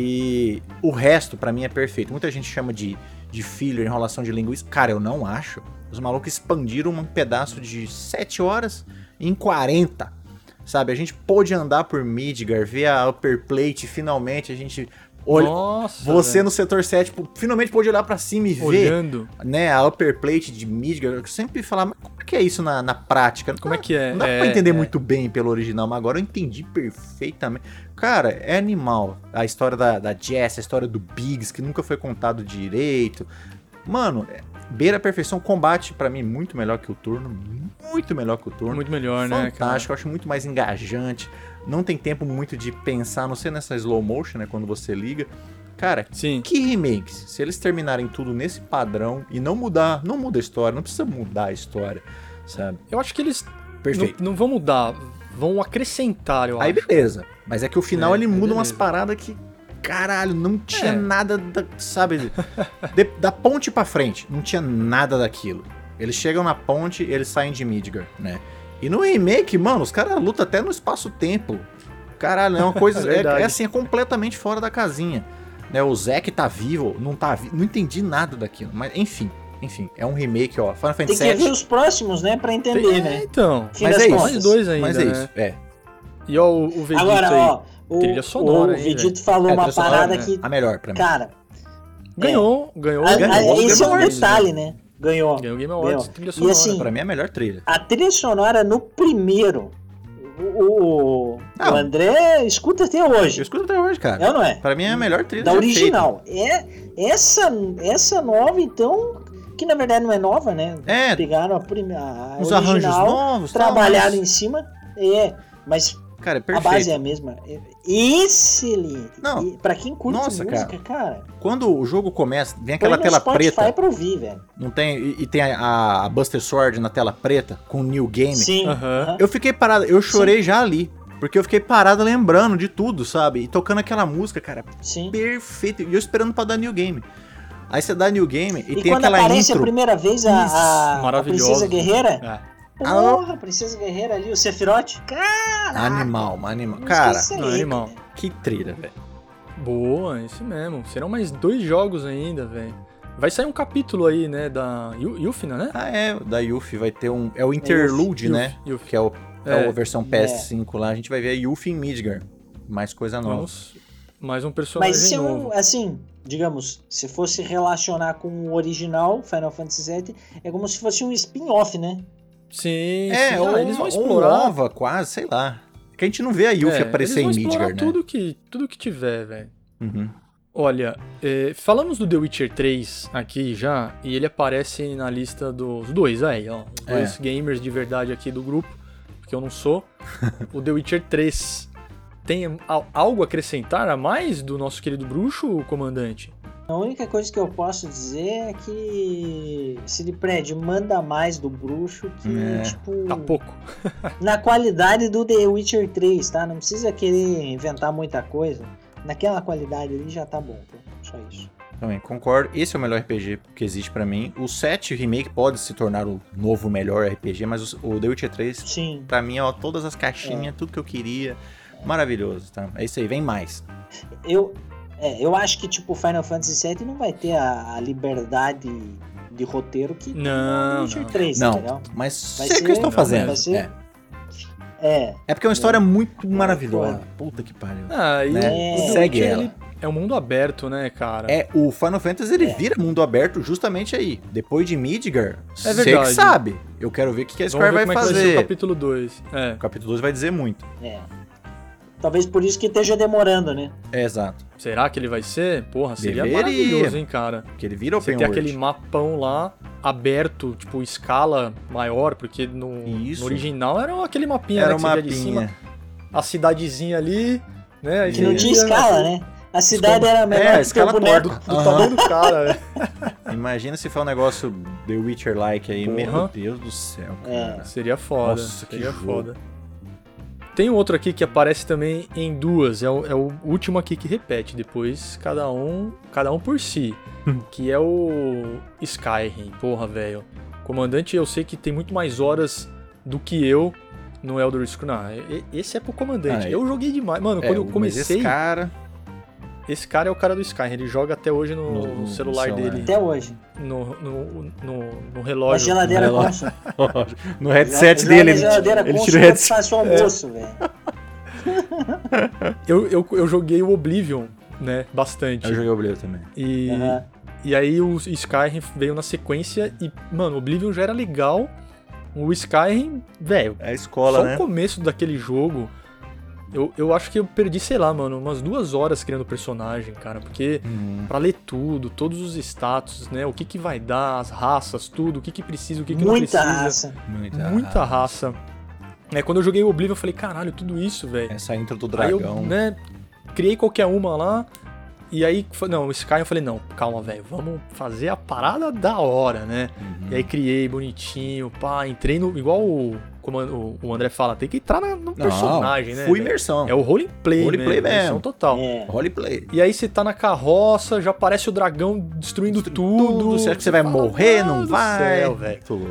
E o resto, pra mim, é perfeito. Muita gente chama de, de filler, enrolação de linguiça. Cara, eu não acho. Os malucos expandiram um pedaço de sete horas em quarenta. Sabe? A gente pôde andar por Midgar, ver a Upper Plate, finalmente a gente... Olha, Nossa, você velho. no setor sete tipo, finalmente pôde olhar pra cima e ver, Olhando. né, a upper plate de Midgar. Eu sempre falava, mas como é que é isso na, na prática? Como é que é? Não dá É, pra entender é. muito bem pelo original, mas agora eu entendi perfeitamente. Cara, é animal. A história da, da Jess, a história do Biggs, que nunca foi contado direito. Mano, é- beira a perfeição. Combate, pra mim, muito melhor que o turno. Muito melhor que o turno. Muito melhor, né, cara? Fantástico, eu acho muito mais engajante. Não tem tempo muito de pensar, a não ser nessa slow motion, né, quando você liga. Cara, Sim. que remakes? Se eles terminarem tudo nesse padrão e não mudar, não muda a história, não precisa mudar a história, sabe? Eu acho que eles Perfeito. não, não vão mudar, vão acrescentar, eu Aí acho. beleza, mas é que o final É, ele aí muda umas beleza. paradas que, caralho, não tinha É. nada, da, sabe? De- da ponte pra frente, não tinha nada daquilo. Eles chegam na ponte e eles saem de Midgar, né? E no remake, mano, os caras lutam até no espaço-tempo. Caralho, é uma coisa. É é, verdade. é assim, é completamente fora da casinha. Né, o Zack tá vivo, não tá vivo. Não entendi nada daquilo. Mas enfim, enfim, é um remake, ó. Final Tem Fantasy que ver sete. os próximos, né? Pra entender, Tem- né? Então. Fim Mas das é isso. contas. Mais dois ainda, Mas é né? isso. É. E ó, o, o Vegeta Agora, aí. ó, o, trilha sonora, o hein, Vegito velho? falou É, uma trilha sonora, parada né? que, A melhor pra mim. cara, Ganhou, ganhou. a- a- ganhou, esse é um ganhou, detalhe, né? Ganhou. Ganhou o Game Awards, Ganhou. trilha E sonora. assim, Pra mim é a melhor trilha. A trilha sonora no primeiro, o, o, Não. o André escuta até Eu hoje. escuto até hoje, cara. É ou não é? Pra mim é a melhor trilha Da já original. É essa, essa nova, então, que na verdade não é nova, né? É. Pegaram a primeira. A Os arranjos original, novos, tal, trabalharam mas- em cima. É, mas feita. Cara, é a perfeito. base é a mesma. É excelente. Não. E pra quem curte Nossa, música, cara, Quando o jogo começa, vem põe aquela no tela Spotify preta. pra ouvir, velho. Não tem, e, e tem a, a Buster Sword na tela preta com o New Game. Sim. Aham. aham. Eu fiquei parado, eu chorei já ali. Porque eu fiquei parado lembrando de tudo, sabe? E tocando aquela música, cara, Sim. perfeito. E eu esperando pra dar New Game. Aí você dá New Game e, E tem quando aquela aparece intro. a primeira vez a, a, a Maravilhoso. Princesa Guerreira, É. porra, a Princesa Guerreira ali, o Sephiroth, cara, Animal, animal. Cara, Não, animal. que trilha, velho. Boa, isso mesmo. Serão mais dois jogos ainda, velho. Vai sair um capítulo aí, né, da Yu- Yufina, né? Ah, é, da Yuffie vai ter um. É o Interlude, Yuffie, né? Yuffie. Que é, o, é. É. a versão P S cinco lá. A gente vai ver a Yuffie em Midgar. Mais coisa nova. Vamos, mais um personagem Mas isso é novo. um, assim, digamos, se fosse relacionar com o original Final Fantasy sete, é como se fosse um spin-off, né? Sim, É, sim. ou, Ah, eles vão ou explorar. nova, quase, sei lá. Que a gente não vê a Yuffie É, aparecer eles em vão explorar Midgar, né? tudo que, tudo que tiver, velho. Uhum. Olha, é, falamos do The Witcher três aqui já, e ele aparece na lista dos dois aí, ó. Os É. dois gamers de verdade aqui do grupo, porque eu não sou. O The Witcher três tem al- algo a acrescentar a mais do nosso querido bruxo, comandante? A única coisa que eu posso dizer é que Cid Pred manda mais do bruxo que, É, tipo, Tá pouco. na qualidade do The Witcher três, tá? Não precisa querer inventar muita coisa. Naquela qualidade ali já tá bom, pô. Só isso. Também concordo. Esse é o melhor R P G que existe pra mim. O sete Remake pode se tornar o novo melhor R P G, mas o, o The Witcher três, Sim. pra mim, ó, todas as caixinhas, tudo que eu queria. Maravilhoso, tá? É isso aí, vem mais. Eu, é, eu acho que, tipo, Final Fantasy sete não vai ter a, a liberdade de roteiro que tem Não, no Witcher não. três, Não, entendeu? mas Vai sei o ser- que eles estão não, fazendo. vai ser- É. É, É porque é uma história É. muito maravilhosa. Puta que pariu. Ah, e Né? o The Segue Witcher, ela. ele é um mundo aberto, né, cara? É, o Final Fantasy ele É. vira mundo aberto justamente aí. Depois de Midgar, É você verdade. que sabe. Eu quero ver o que que a Vamos Square ver vai como é que vai fazer. ser o capítulo dois. É. O capítulo dois vai dizer muito. é. Talvez por isso que esteja demorando, né? É, exato. Será que ele vai ser? Porra, seria Deveria. maravilhoso, hein, cara? Porque ele vira Você open tem world. aquele mapão lá aberto, tipo, escala maior, porque no, Isso. no original era aquele mapinha, Era né, que uma você via de cima, a cidadezinha ali, né? aí Que você não tinha via escala, né? A cidade era menor É, a que o escala boneco. torta. Do Aham. tamanho do cara, velho. Imagina se for um negócio The Witcher-like aí. Meu Porra. Deus do céu, É. cara. Seria foda, Nossa, que seria jogo. foda. Tem um outro aqui que aparece também em duas, é o, é o último aqui que repete, depois cada um, cada um por si, que é o Skyrim, porra, velho. Comandante, eu sei que tem muito mais horas do que eu no Elder Scrolls. Não, e- esse é pro comandante. Ah, eu joguei demais. Mano, É, quando eu mas comecei, esse cara... esse cara é o cara do Skyrim, ele joga até hoje no, No- no celular, celular. dele, Até hoje. no, no, no, no A relógio. geladeira no consta. no headset Já- dele, já na geladeira ele, ele consta tira o quando headset. faz o almoço, velho. Eu, eu, eu joguei o Oblivion, né, bastante. Eu joguei o Oblivion também. E, Aham. e aí o Skyrim veio na sequência e, mano, o Oblivion já era legal. O Skyrim, velho, É a escola, só né? o começo daquele jogo, eu, eu acho que eu perdi, sei lá, mano, umas duas horas criando personagem, cara. Porque Hum. pra ler tudo, todos os status, né, o que que vai dar, as raças, tudo, o que que precisa, o que que não Muita precisa. raça. Muita, Muita raça. É, quando eu joguei o Oblivion, eu falei, caralho, tudo isso, velho. Essa intro do Aí eu, dragão. né, criei qualquer uma lá. E aí, fa- não, o Sky eu falei, não, calma, velho, vamos fazer a parada da hora, né? Uhum. E aí criei bonitinho, pá, entrei no. Igual o, como o o André fala, tem que entrar na- no personagem, né? Full velho? imersão. É o roleplay, Roleplay né? mesmo. Imersão total. É. Roleplay. E aí você tá na carroça, já aparece o dragão destruindo tudo. Tudo. Será que você vai fala, morrer? "Mano Não do vai? céu, velho. Muito louco.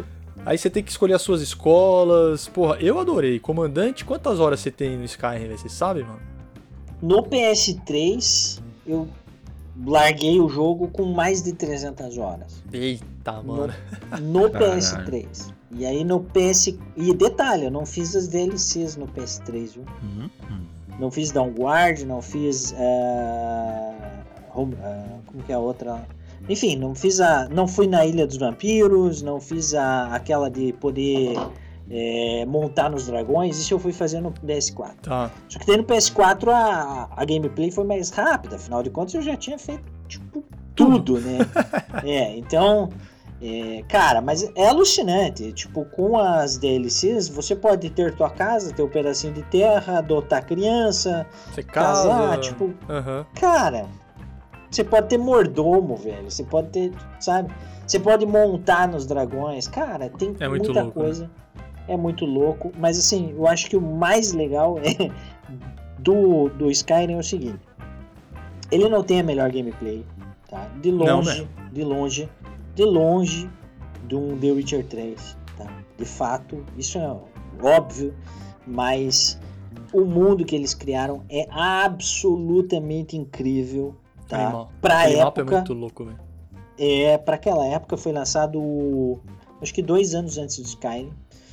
Aí você tem que escolher as suas escolas. Porra, eu adorei. Comandante, quantas horas você tem no Skyrim, você sabe, mano? No P S três, eu larguei o jogo com mais de trezentas horas. Eita, mano. No, no P S três. E aí no P S... E detalhe, eu não fiz as D L Cs no P S três, viu? Uhum. Não fiz Downguard, não fiz... Uh, home, uh, como que é a outra... Enfim, não fiz a... Não fui na Ilha dos Vampiros, não fiz a, aquela de poder é, montar nos dragões. Isso eu fui fazer no P S quatro. Tá. Só que daí no P S quatro a, a gameplay foi mais rápida. Afinal de contas eu já tinha feito, tipo, tudo, né? É, então... É, cara, mas é alucinante. Tipo, com as D L Cs, você pode ter tua casa, ter um pedacinho de terra, adotar criança, você casa, casar, tipo, uhum. Cara, você pode ter mordomo, velho. Você pode ter, sabe? Você pode montar nos dragões. Cara, tem é muita louco, coisa. Né? É muito louco. Mas assim, eu acho que o mais legal é do, do Skyrim é o seguinte. Ele não tem a melhor gameplay, tá? De longe, não, de longe. De longe de um The Witcher três, tá? De fato, isso é óbvio, mas o mundo que eles criaram é absolutamente incrível, tá? Pra Aquele época, mapa é muito louco, velho. É, pra aquela época foi lançado, acho que dois anos antes do Skyrim.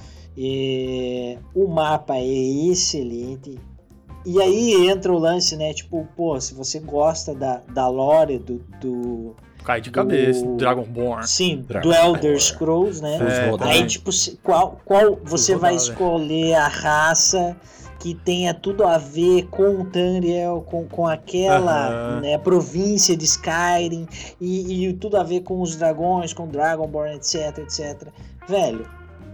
E o mapa é excelente. E aí entra o lance, né? Tipo, pô, se você gosta da, da lore do... do Cai de cabeça, do... Dragonborn. Sim, Dragon do Elder Scrolls, né? É, aí, tipo, qual, qual você rodar, vai escolher a raça que tenha tudo a ver com o Tamriel, com, com aquela uh-huh. né, província de Skyrim, e, e tudo a ver com os dragões, com Dragonborn, etc, etcétera. Velho,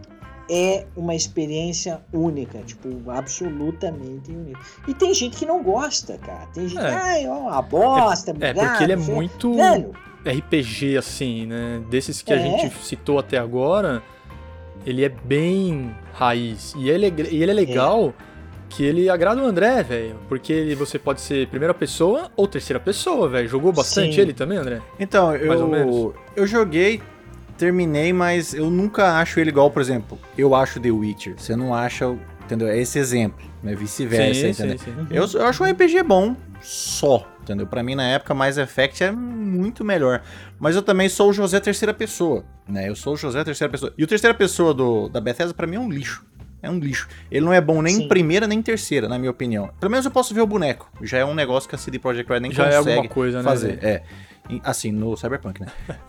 é uma experiência única, tipo, absolutamente única. E tem gente que não gosta, cara. Tem gente que, é. ai, ó, uma bosta, É, é porque ele é velho. muito... Velho, R P G, assim, né? Desses que é. a gente citou até agora, ele é bem raiz. E ele é, e ele é legal é. que ele agrada o André, velho. Porque ele, você pode ser primeira pessoa ou terceira pessoa, velho. Jogou bastante Sim. ele também, André? Então, eu, eu joguei, terminei, mas eu nunca acho ele igual, por exemplo, eu acho The Witcher. Você não acha, entendeu? É esse exemplo, né? Vice-versa, sim, entendeu? Sim, sim. Eu, eu acho um R P G bom, só. Entendeu? Pra mim, na época, Mass Effect é muito melhor. Mas eu também sou o José terceira pessoa, né? Eu sou o José terceira pessoa. E o terceira pessoa do, da Bethesda, pra mim, é um lixo. É um lixo. Ele não é bom nem Sim. em primeira, nem em terceira, na minha opinião. Pelo menos eu posso ver o boneco. Já é um negócio que a C D Projekt Red nem Já consegue é alguma coisa, fazer. Né, é. Assim, no Cyberpunk, né?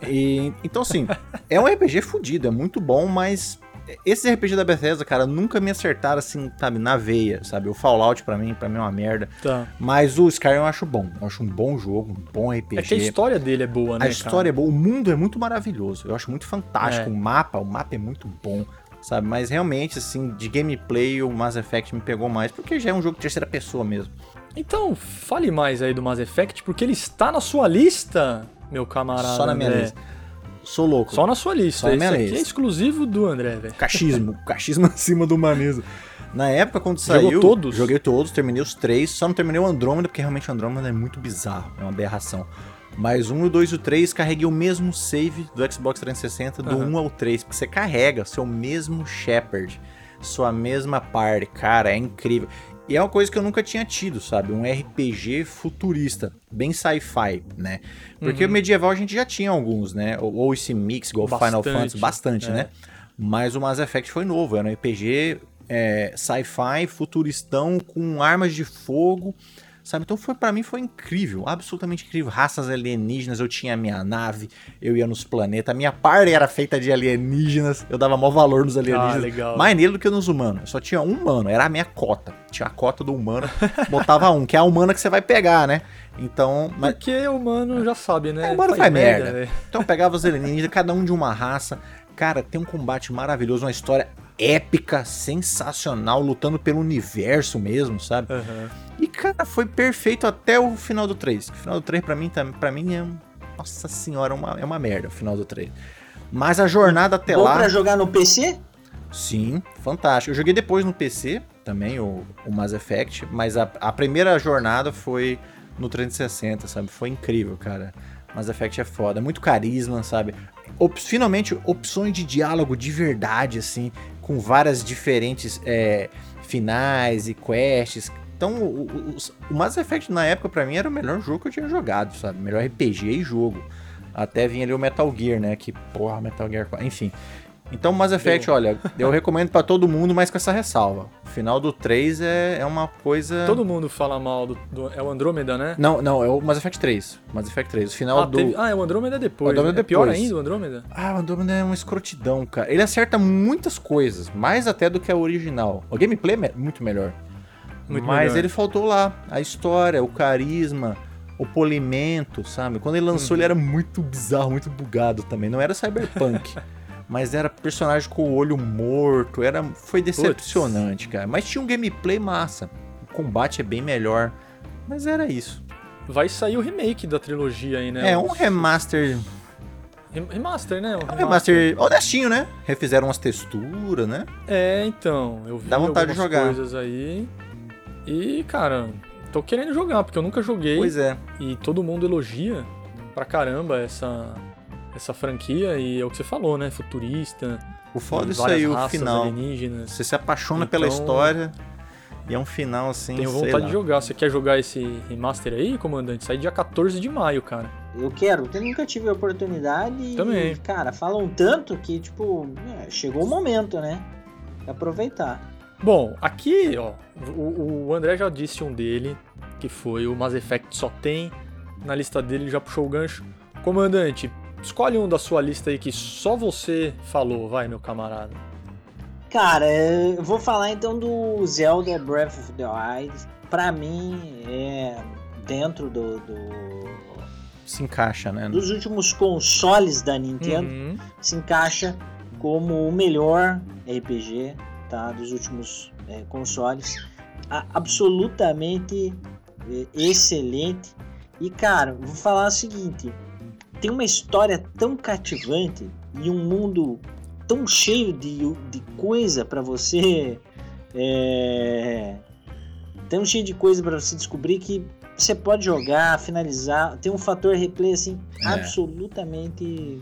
E, então, assim, é um R P G fudido, é muito bom, mas... Esses R P G da Bethesda, cara, nunca me acertaram assim, sabe, na veia, sabe? O Fallout, pra mim, pra mim é uma merda. Tá. Mas o Skyrim eu acho bom. Eu acho um bom jogo, um bom R P G. É que a história dele é boa, né, A história cara? é boa. O mundo é muito maravilhoso. Eu acho muito fantástico. É. O mapa, o mapa é muito bom, sabe? Mas realmente, assim, de gameplay, o Mass Effect me pegou mais, porque já é um jogo de terceira pessoa mesmo. Então, fale mais aí do Mass Effect, porque ele está na sua lista, meu camarada. Só na minha André. lista. Sou louco. Só na sua lista. Só na minha Esse lista. aqui é exclusivo do André, velho. Cachismo. Cachismo acima do humanismo. Na época, quando saiu... Jogou todos? Joguei todos, terminei os três. Só não terminei o Andrômeda, porque realmente o Andrômeda é muito bizarro. É uma aberração. Mas um, o dois e o três, carreguei o mesmo save do Xbox trezentos e sessenta, do uhum. um ao três. Porque você carrega seu mesmo Shepard, sua mesma party. Cara, é incrível. E é uma coisa que eu nunca tinha tido, sabe? Um R P G futurista, bem sci-fi, né? Porque uhum. o medieval a gente já tinha alguns, né? Ou, ou esse mix, igual bastante, Final Fantasy, bastante, é. né? Mas o Mass Effect foi novo, era um R P G é, sci-fi, futuristão, com armas de fogo, sabe? Então foi, pra mim foi incrível, absolutamente incrível. Raças alienígenas, eu tinha a minha nave, eu ia nos planetas, a minha party era feita de alienígenas, eu dava maior valor nos alienígenas. Ah, legal. Mais nele do que nos humanos. Eu só tinha um humano, era a minha cota. Tinha a cota do humano, botava um, que é a humana que você vai pegar, né? Então... Mas... Porque o humano já sabe, né? É, o humano faz, faz merda. merda. Então eu pegava os alienígenas, cada um de uma raça. Cara, tem um combate maravilhoso, uma história épica, sensacional, lutando pelo universo mesmo, sabe? Uhum. E, cara, foi perfeito até o final do três. O final do três, pra mim, pra mim é... Nossa senhora, é uma, é uma merda o final do três. Mas a jornada até Bom lá... pra jogar no P C? Sim, fantástico. Eu joguei depois no P C também, o, o Mass Effect, mas a, a primeira jornada foi no trezentos e sessenta, sabe? Foi incrível, cara. Mass Effect é foda, muito carisma, sabe? op- finalmente opções de diálogo de verdade, assim, com várias diferentes é, finais e quests. Então, o, o, o Mass Effect na época pra mim era o melhor jogo que eu tinha jogado, sabe? Melhor R P G e jogo. Até vinha ali o Metal Gear, né? Que porra, Metal Gear quatro, enfim. Então, Mass Effect, Bom. olha, eu recomendo pra todo mundo, mas com essa ressalva. O final do três é, é uma coisa... Todo mundo fala mal do, do... É o Andrômeda, né? Não, não, é o Mass Effect três. Mass Effect três. O final Ah, do... teve... ah, é o Andrômeda depois. O Andrômeda É pior depois. ainda o Andrômeda? Ah, o Andrômeda é uma escrotidão, cara. Ele acerta muitas coisas, mais até do que a original. O gameplay é muito melhor. Muito mas melhor. ele faltou lá. A história, o carisma, o polimento, sabe? Quando ele lançou, Uhum. ele era muito bizarro, muito bugado também. Não era cyberpunk. Mas era personagem com o olho morto. Era... Foi decepcionante, cara. Mas tinha um gameplay massa. O combate é bem melhor. Mas era isso. Vai sair o remake da trilogia aí, né? É, um Os- remaster... Rem- Remaster, né? É um remaster honestinho, né? Refizeram umas texturas, né? É, então. Eu vi Dá vontade de algumas jogar. coisas aí. E, cara, tô querendo jogar, porque eu nunca joguei. Pois é. E todo mundo elogia pra caramba essa, essa franquia. E é o que você falou, né? Futurista. O foda e é isso várias aí, o raças final. alienígenas. Você se apaixona pela Então- história e é um final assim, Tenho sei vontade lá. de jogar. Você quer jogar esse remaster aí, comandante? Sai dia quatorze de maio, cara. Eu quero, eu nunca tive a oportunidade. Também. E, cara, falam tanto que, tipo, é, chegou o momento, né? Aproveitar. Bom, aqui, ó, o, o André já disse um dele, que foi o Mass Effect só tem. Na lista dele ele já puxou o gancho. Comandante, escolhe um da sua lista aí que só você falou, vai, meu camarada. Cara, é, eu vou falar então do Zelda Breath of the Wild. Pra mim, é dentro do, do- Se encaixa, né? dos últimos consoles da Nintendo, Uhum. se encaixa como o melhor R P G, tá? Dos últimos é, consoles. A- absolutamente é, excelente. E, cara, vou falar o seguinte: tem uma história tão cativante e um mundo tão cheio de, de coisa pra você. É, tão cheio de coisa pra você descobrir que você pode jogar, finalizar. Tem um fator replay assim É. absolutamente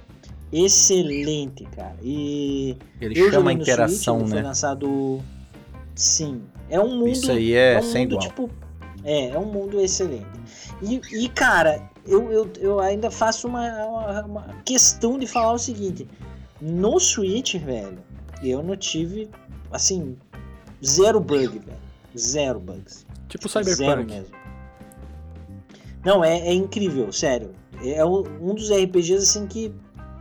excelente, cara. E Ele eu chama a joguei no interação, Switch, ele né? foi lançado. Sim. É um mundo. Isso aí é, é um sem mundo igual. tipo. É, é um mundo excelente. E, e, cara, eu, eu, eu ainda faço uma, uma, uma questão de falar o seguinte: no Switch, velho, eu não tive, assim, zero bug, velho. Zero bugs. Tipo Zero Cyberpunk. mesmo. Não, é, é incrível, sério. É um, um dos R P Gs, assim, que.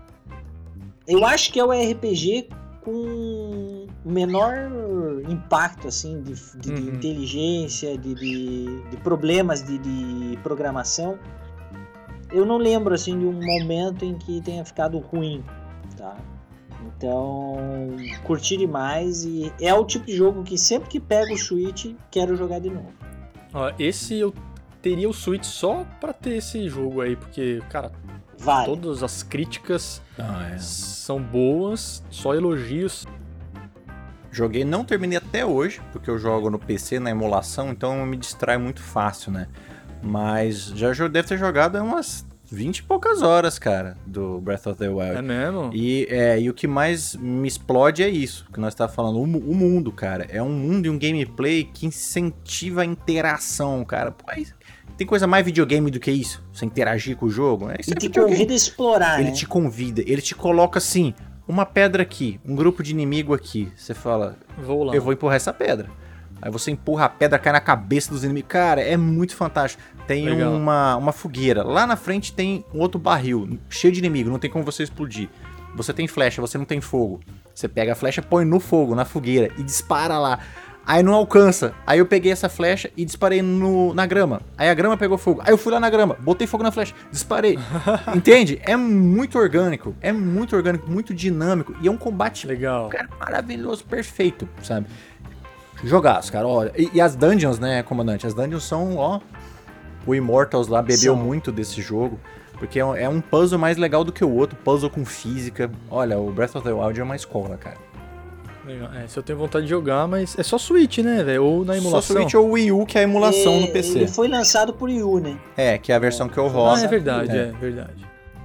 Eu acho que é o R P G com menor impacto, assim, de, de- de Uhum. inteligência, de, de, de problemas de, de programação. Eu não lembro, assim, de um momento em que tenha ficado ruim, tá? Então, curti demais e é o tipo de jogo que sempre que pego o Switch, quero jogar de novo. Ó, esse eu teria o Switch só pra ter esse jogo aí, porque, cara, Vale. todas as críticas Ah, é. são boas, só elogios. Joguei, não terminei até hoje, porque eu jogo no P C, na emulação, então eu me distrai muito fácil, né? Mas já jo- deve ter jogado umas vinte e poucas horas, cara, do Breath of the Wild. É mesmo? E, é, e o que mais me explode é isso, que nós estávamos falando, o, mu- o mundo, cara. É um mundo e um gameplay que incentiva a interação, cara. Pô, aí tem coisa mais videogame do que isso? Você interagir com o jogo? É, isso E é te videogame. convida a explorar, Ele né? te convida, ele te coloca assim, uma pedra aqui, um grupo de inimigo aqui. Você fala, Vou lá. eu vou empurrar essa pedra. Aí você empurra a pedra, cai na cabeça dos inimigos. Cara, é muito fantástico. Tem Legal. uma, uma fogueira. Lá na frente tem um outro barril, cheio de inimigo, não tem como você explodir. Você tem flecha, você não tem fogo. Você pega a flecha, põe no fogo, na fogueira, e dispara lá. Aí não alcança. Aí eu peguei essa flecha e disparei no, na grama. Aí a grama pegou fogo. Aí eu fui lá na grama, botei fogo na flecha, disparei. Entende? É muito orgânico. É muito orgânico, muito dinâmico. E é um combate, Legal. cara, maravilhoso, perfeito, sabe? Jogaço, cara, olha. E, e as dungeons, né, comandante? As dungeons são, ó... O Immortals lá bebeu São. muito desse jogo. Porque é um- é um puzzle mais legal do que o outro. Puzzle com física. Olha, o Breath of the Wild é uma escola, cara. Legal. É, se eu tenho vontade de jogar, mas é só Switch, né, velho? Ou na Só emulação. Switch ou Wii U, que é a emulação É, no P C. Ele foi lançado por Wii U, né? É, que é a versão que eu Ah, rodo. é verdade, É. é, verdade.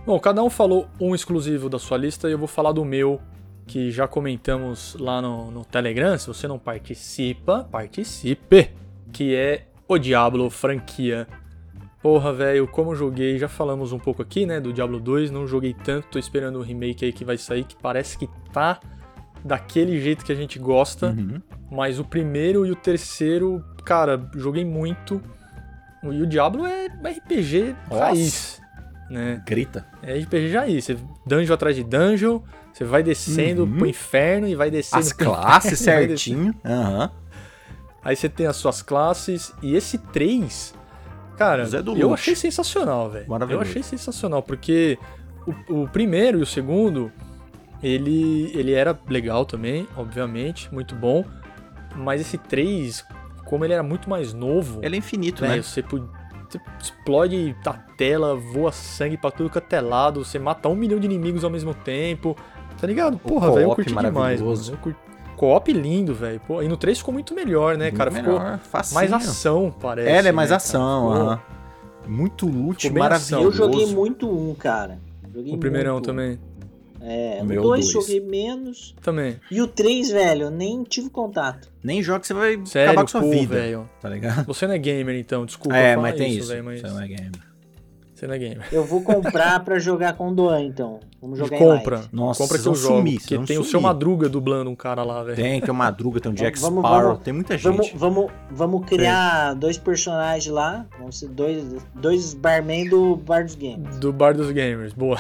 Bom, cada um falou um exclusivo da sua lista e eu vou falar do meu, que já comentamos lá no, no Telegram. Se você não participa, participe! Que é o Diablo franquia. Porra, velho, como eu joguei, já falamos um pouco aqui, né, do Diablo dois, não joguei tanto, tô esperando o remake aí que vai sair, que parece que tá daquele jeito que a gente gosta, Uhum. mas o primeiro e o terceiro, cara, joguei muito, e o Diablo é R P G Nossa. raiz, né, Grita. é R P G raiz, você dungeon atrás de dungeon, você vai descendo Uhum. pro inferno e vai descendo As pro classes inferno, vai descendo. certinho. Aham. Aí você tem as suas classes, e esse três, cara, Zé do eu Lute. achei sensacional, velho. Eu Maravilhoso. achei sensacional, porque o, o primeiro e o segundo, ele, ele era legal também, obviamente, muito bom, mas esse três, como ele era muito mais novo, Ele é infinito, velho, né? você, pu- você explode a tela, voa sangue pra tudo que é telado, você mata um milhão de inimigos ao mesmo tempo, tá ligado? Porra, velho, eu co-op curti demais, mano. maravilhoso. Eu curti. Co-op lindo, velho. Pô, e no três ficou muito melhor, né, cara? Muito Ficou melhor, facinho. mais ação, parece. É, ele é mais né, ação, cara? aham. Muito loot, Ficou bem ação. maravilhoso. Eu joguei muito um, cara. Joguei O primeirão muito. também. É, O o meu dois dois. joguei menos. Também. E o três, velho, eu nem tive contato. Nem joga que você vai Sério, acabar com sua pô, vida, velho. tá ligado? Você não é gamer, então. Desculpa É, falar mas tem isso, isso. velho, mas Você não é game. você não é gamer. Eu vou comprar pra jogar com o Doan, então. Vamos jogar em Compra. live. Nossa, Compra vocês que eu vão jogo. sumir, porque vocês vão tem o sumir. seu Madruga dublando um cara lá, velho. Tem, tem o Madruga, tem o Jack Vamos- Sparrow, vamos- tem muita Vamos, gente. vamos, vamos criar dois personagens lá. Vamos ser dois, dois barman do Bar dos Games. Do Bar dos Gamers. Boa.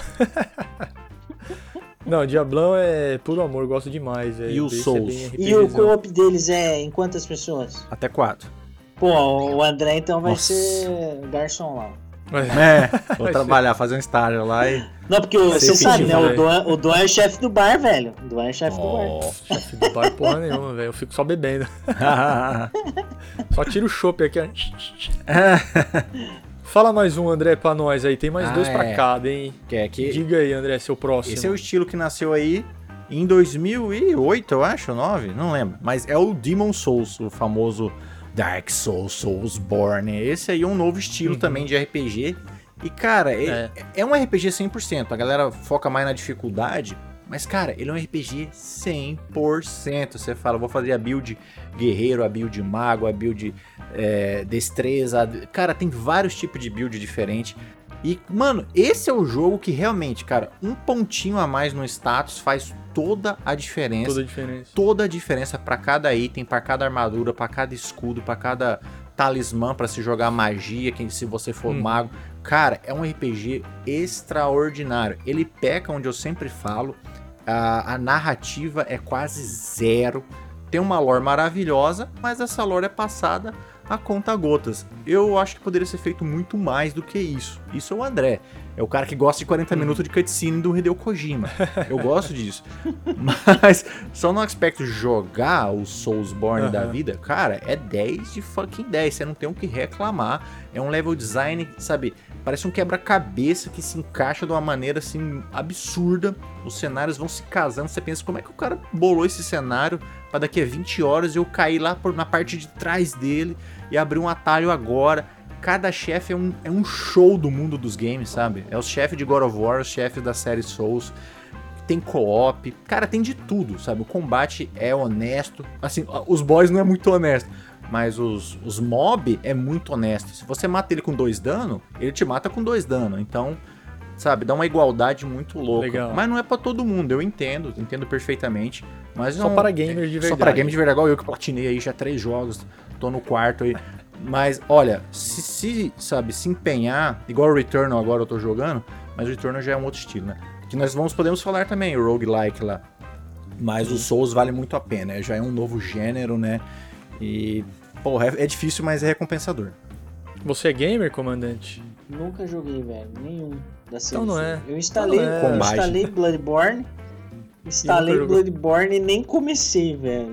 Não, Diablão é puro amor. Eu gosto demais, velho. E o Esse Souls? É bem E o RPGzão. co-op deles é em quantas pessoas? Até quatro. Pô, o André então vai Nossa. ser garçom lá. É, vou Vai trabalhar, fazer um estágio lá e... Não, porque o- Vai você ser sabe, né? efetivo, O velho. Doan, o Doan é chefe do bar, velho. O Doan é chefe do bar. Oh. Chefe do bar, porra nenhuma, velho. Eu fico só bebendo. Só tira o chopp aqui, ó. Fala mais um, André, pra nós aí. Tem mais Ah, dois pra é. cada, hein? que é que Diga aí, André, seu próximo. esse é o estilo que nasceu aí em dois mil e oito, eu acho, nove, não lembro. Mas é o Demon Souls, o famoso Dark Souls, Soulsborne. Esse aí é um novo estilo Uhum. também de R P G. E, cara, é, É. é um R P G cem por cento. A galera foca mais na dificuldade. Mas, cara, ele é um R P G cem por cento. Você fala, vou fazer a build guerreiro, a build mago, a build é, destreza. Cara, tem vários tipos de build diferentes. E, mano, esse é o jogo que realmente, cara, um pontinho a mais no status faz toda a diferença. Toda a diferença. Toda a diferença pra cada item, pra cada armadura, pra cada escudo, pra cada talismã pra se jogar magia, quem se você for Hum. mago. Cara, é um R P G extraordinário. Ele peca onde eu sempre falo, a, a narrativa é quase zero. Tem uma lore maravilhosa, mas essa lore é passada a conta gotas. Eu acho que poderia ser feito muito mais do que isso. Isso é o André. É o cara que gosta de quarenta minutos de cutscene do Hideo Kojima. Eu gosto disso. Mas só no aspecto jogar o Soulsborne Aham. da vida, cara, é dez de fucking dez. Você não tem o que reclamar. É um level design, sabe? Parece um quebra-cabeça que se encaixa de uma maneira assim absurda. Os cenários vão se casando. Você pensa, como é que o cara bolou esse cenário para daqui a vinte horas eu cair lá por, na parte de trás dele e abrir um atalho agora? Cada chefe é um, é um show do mundo dos games, sabe? É o chefe de God of War, os chefes da série Souls. Tem co-op, cara, tem de tudo, sabe? O combate é honesto. Assim, os boys não é muito honesto, mas os, os mob é muito honesto. Se você mata ele com dois dano, ele te mata com dois dano. Então, sabe, dá uma igualdade muito louca. Legal. Mas não é pra todo mundo, eu entendo, entendo perfeitamente. Mas Só não, para gamers de Só verdade. para gamers de verdade, igual eu que platinei aí já três jogos, tô no quarto aí. Mas, olha, se, se, sabe, se empenhar, igual o Returnal agora eu tô jogando, mas o Returnal já é um outro estilo, né? Que nós vamos, podemos falar também, o roguelike lá. Mas o Souls vale muito a pena, né? Já é um novo gênero, né? E, porra, é, é difícil, mas é recompensador. Você é gamer, comandante? Nunca joguei, velho. Nenhum da série. Então não é. Eu instalei, Então não é. eu Combate. instalei Bloodborne. Instalei E nunca jogou. Bloodborne e nem comecei, velho.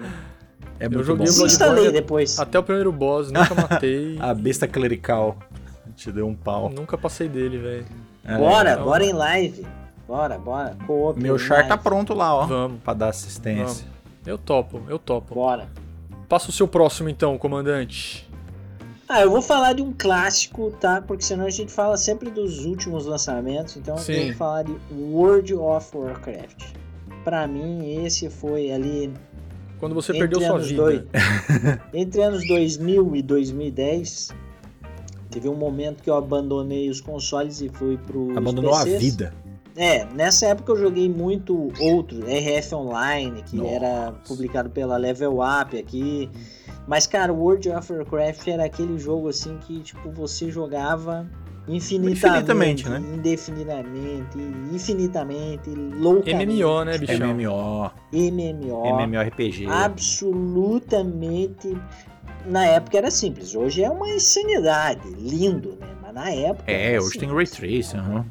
É muito joguei bom. o Bloodborne Desinstalei depois. Até o primeiro boss, nunca matei. A besta clerical te deu um pau. Nunca passei dele, velho. É, Bora, então- bora em live. Bora, bora. Co-op Meu em char tá live. pronto lá, ó. Vamos. Pra dar assistência. Eu topo, eu topo. Bora. Passa o seu próximo então, comandante. Ah, eu vou falar de um clássico, tá? Porque senão a gente fala sempre dos últimos lançamentos. Então Sim. eu vou falar de World of Warcraft. Pra mim, esse foi ali... Quando você entre perdeu sua anos vida. dois- entre anos dois mil e dois mil e dez, teve um momento que eu abandonei os consoles e fui pro Abandonou a P Cs. vida. É, nessa época eu joguei muito outro, R F Online, que Nossa. era publicado pela Level Up aqui. Mas, cara, World of Warcraft era aquele jogo assim que, tipo, você jogava infinitamente, Infinitamente, né? indefinidamente, infinitamente, loucamente. M M O, né, bichão? M M O, M M O. MMORPG. Absolutamente. Na época era simples, hoje é uma insanidade, lindo, né? Mas na época. É, era hoje tem simples. Ray Tracing. Uhum.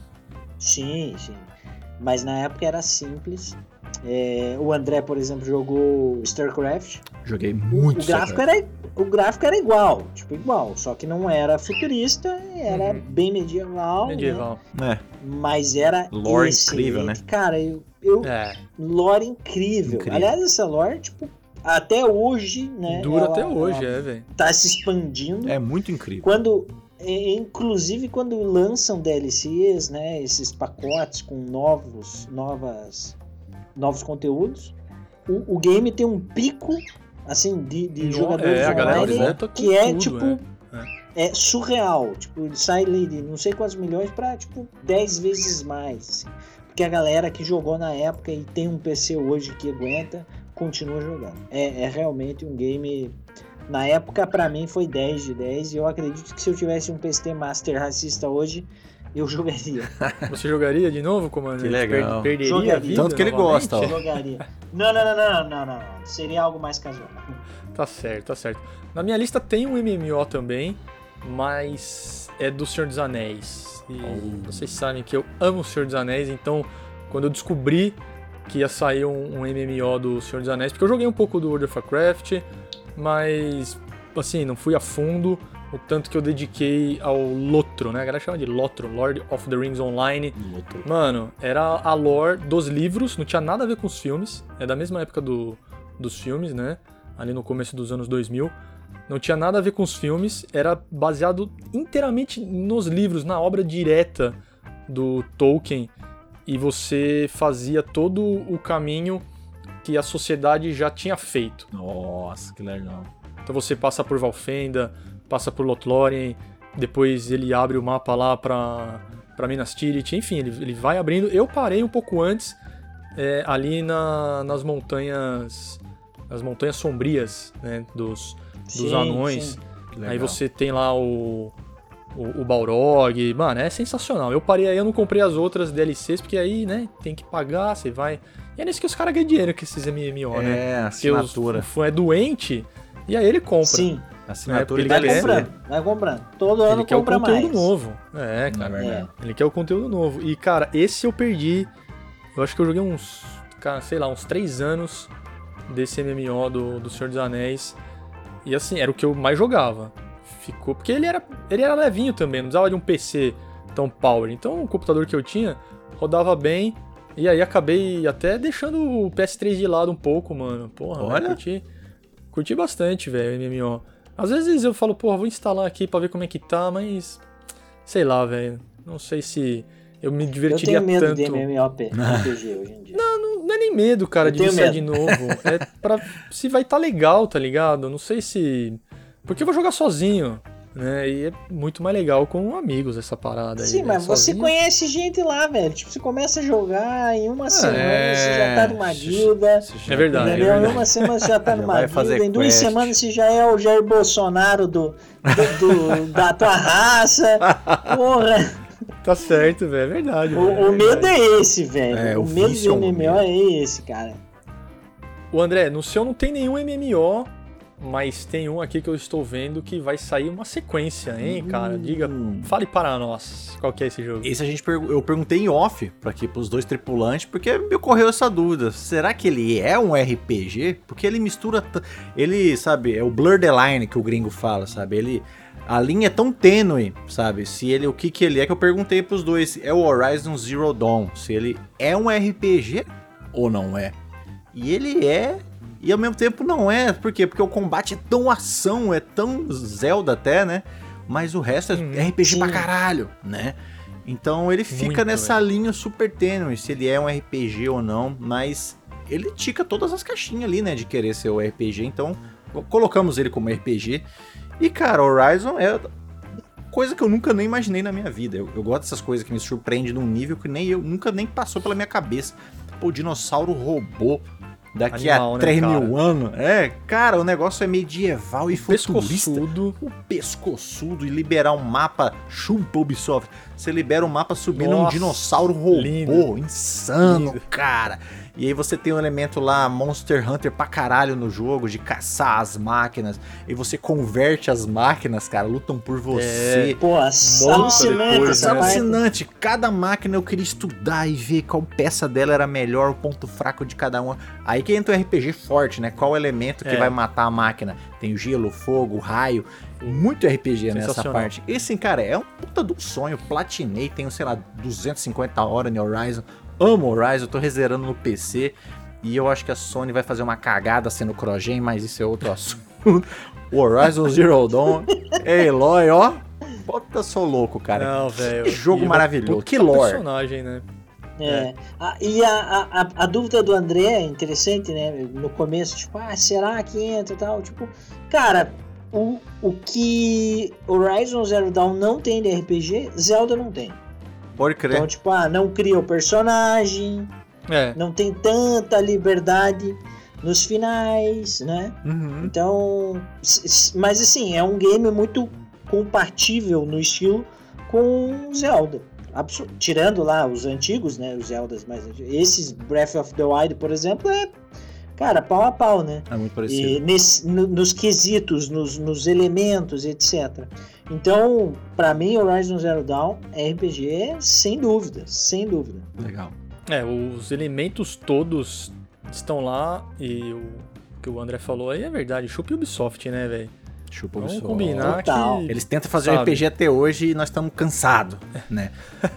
Sim, sim. Mas na época era simples. É, o André, por exemplo, jogou StarCraft. Joguei O, muito o gráfico era, o gráfico era igual, tipo igual, só que não era futurista, era Uhum. bem medieval, né? Medieval. É, Mas era Lore excelente. incrível, né? Cara, eu, eu É, lore incrível. Incrível. Aliás, essa lore, tipo, até hoje, né? dura ela- até hoje, ela é, velho. tá se expandindo. é muito incrível. Quando, é, inclusive quando lançam D L Cs, né, esses pacotes com novos, novas, novos conteúdos, o, o game tem um pico assim de, de No- jogadores é, a galera online volta com que é tudo, tipo é. é surreal, tipo ele sai ali de não sei quantos milhões pra tipo dez vezes mais, assim. Porque a galera que jogou na época e tem um P C hoje que aguenta continua jogando. É, é realmente um game. Na época, pra mim, foi dez de dez. E eu acredito que se eu tivesse um P C Master racista hoje, eu jogaria. Você jogaria de novo, comandante? Que legal. Per- perderia Jogaria. a vida Tanto que ele novamente? gosta, ó. jogaria. Não, não, não, não, não, não, não. Seria algo mais casual. Tá certo, tá certo. Na minha lista tem um M M O também, mas é do Senhor dos Anéis. E Oh. vocês sabem que eu amo o Senhor dos Anéis, então quando eu descobri que ia sair um, um M M O do Senhor dos Anéis, porque eu joguei um pouco do World of Warcraft, mas assim, não fui a fundo o tanto que eu dediquei ao Lotro, né? A galera chama de Lotro, Lord of the Rings Online. Mano, era a lore dos livros, não tinha nada a ver com os filmes, é da mesma época do, dos filmes, né? Ali no começo dos anos dois mil. Não tinha nada a ver com os filmes, era baseado inteiramente nos livros, na obra direta do Tolkien, e você fazia todo o caminho que a sociedade já tinha feito. Nossa, que legal. Então você passa por Valfenda, passa por Lothlórien, depois ele abre o mapa lá pra, pra Minas Tirith, enfim, ele, ele vai abrindo. Eu parei um pouco antes, é, ali na, nas montanhas, nas montanhas sombrias, né, dos, dos Sim, anões. sim. Que legal. Aí você tem lá o, o, o Balrog, mano, é sensacional. Eu parei aí, eu não comprei as outras D L Cs, porque aí, né, tem que pagar, você vai... E é nisso que os caras ganham dinheiro com esses M M O, né? É, Porque os- assinatura. o fã é doente, e aí ele compra. Sim, Assinatura É, de porque vai ele quer- comprando, vai comprando. Todo ano Ele quer o compra conteúdo mais. novo. É, É cara. verdade. Ele quer o conteúdo novo. E, cara, esse eu perdi. Eu acho que eu joguei uns, cara, sei lá, uns três anos desse M M O do, do Senhor dos Anéis. E assim, era o que eu mais jogava. Ficou. Porque ele era, ele era levinho também, não precisava de um P C tão power. Então o computador que eu tinha rodava bem. E aí acabei até deixando o P S três de lado um pouco, mano. Porra, Olha. velho, curti, curti bastante, velho, M M O. Às vezes eu falo, porra, vou instalar aqui pra ver como é que tá, mas sei lá, velho. Não sei se eu me Eu divertiria tenho medo tanto. de M M O R P G hoje em dia. Não, não é nem medo, cara, Eu de tenho viciar medo. de novo. É pra se vai tá legal, tá ligado? Não sei se. Porque eu vou jogar sozinho, né? E é muito mais legal com amigos essa parada aí. Sim, né? mas você Sozinho- conhece gente lá, velho. Tipo, você começa a jogar em uma semana, É, você já tá numa guilda. Você já- É verdade. Entendeu? verdade. Em uma semana você já tá Já numa vai fazer guilda. Em duas quest. semanas você já é o Jair Bolsonaro do, do- do- da tua raça. Porra, Tá certo, velho. É verdade. o, velho, o medo é esse, velho. É, o o medo vício do é um M M O medo. é esse, cara. O André, no seu não tem nenhum M M O, mas tem um aqui que eu estou vendo que vai sair uma sequência, hein, cara? Diga, Hum. fale para nós qual que é esse jogo. Esse a gente pergu- eu perguntei em off para aqui pros dois tripulantes, porque me ocorreu essa dúvida. Será que ele é um R P G? Porque ele mistura, t- ele, sabe, é o blur the line que o gringo fala, sabe? Ele a linha é tão tênue, sabe? Se ele o que que ele é que eu perguntei pros dois, é o Horizon Zero Dawn, se ele é um R P G ou não é. E ele é E ao mesmo tempo não é, por quê? Porque o combate é tão ação, é tão Zelda até, né? Mas o resto é Hum, R P G sim. pra caralho, né? Então ele fica Muito, nessa velho. linha super tênue, se ele é um R P G ou não, mas ele tica todas as caixinhas ali, né, de querer ser o R P G, então colocamos ele como R P G. E cara, Horizon é coisa que eu nunca nem imaginei na minha vida. Eu, eu gosto dessas coisas que me surpreendem num nível que nem eu, nunca nem passou pela minha cabeça. Pô, o dinossauro robô daqui Animal, a né, três cara? mil anos. É, cara, o negócio é medieval e futurista. Pescoçudo. O pescoçudo e liberar um mapa, chupa Ubisoft. Você libera um mapa subindo um Nossa, dinossauro robô, lindo. insano, Lindo. cara. E aí você tem um elemento lá, Monster Hunter pra caralho no jogo, de caçar as máquinas. E você converte as máquinas, cara, lutam por você. Pô, alucinante depois, essa né? parte. Alucinante. Cada máquina eu queria estudar e ver qual peça dela era melhor, o ponto fraco de cada uma. Aí que entra o R P G forte, né? Qual elemento que É. vai matar a máquina? Tem o gelo, fogo, raio. Muito R P G nessa Sensacional. parte. Esse, cara, é um puta de um sonho. Platinei, tenho, sei lá, duzentas e cinquenta horas em Horizon. Amo Horizon, tô rezerando no P C. E eu acho que a Sony vai fazer uma cagada sendo Crogen, mas isso é outro assunto. O Horizon Zero Dawn. Ei, Eloy, ó. Bota sou louco, cara. Não, velho. Que jogo E maravilhoso, puta que lore. personagem, né? É. Ah, e a, a, a dúvida do André é interessante, né? No começo, tipo, ah, será que entra e tal? Tipo, cara, o, o que Horizon Zero Dawn não tem de R P G, Zelda não tem. Pode crer. Então, tipo, ah, não cria o personagem, É. não tem tanta liberdade nos finais, né? Uhum. Então, s- s- mas assim, é um game muito compatível no estilo com Zelda. Absu- Tirando lá os antigos, né? Os Zeldas mais antigos. Esses Breath of the Wild, por exemplo, é, cara, pau a pau, né? É muito parecido. E nesse, no- nos quesitos, nos, nos elementos, etcétera. Então, pra mim, Horizon Zero Dawn é R P G sem dúvida, sem dúvida. Legal. É, os elementos todos estão lá e o que o André falou aí é verdade. Chupa Ubisoft, né, velho? Chupa o Vamos Ubisoft. combinar Total. que... Eles tentam fazer Sabe? R P G até hoje e nós estamos cansados, né?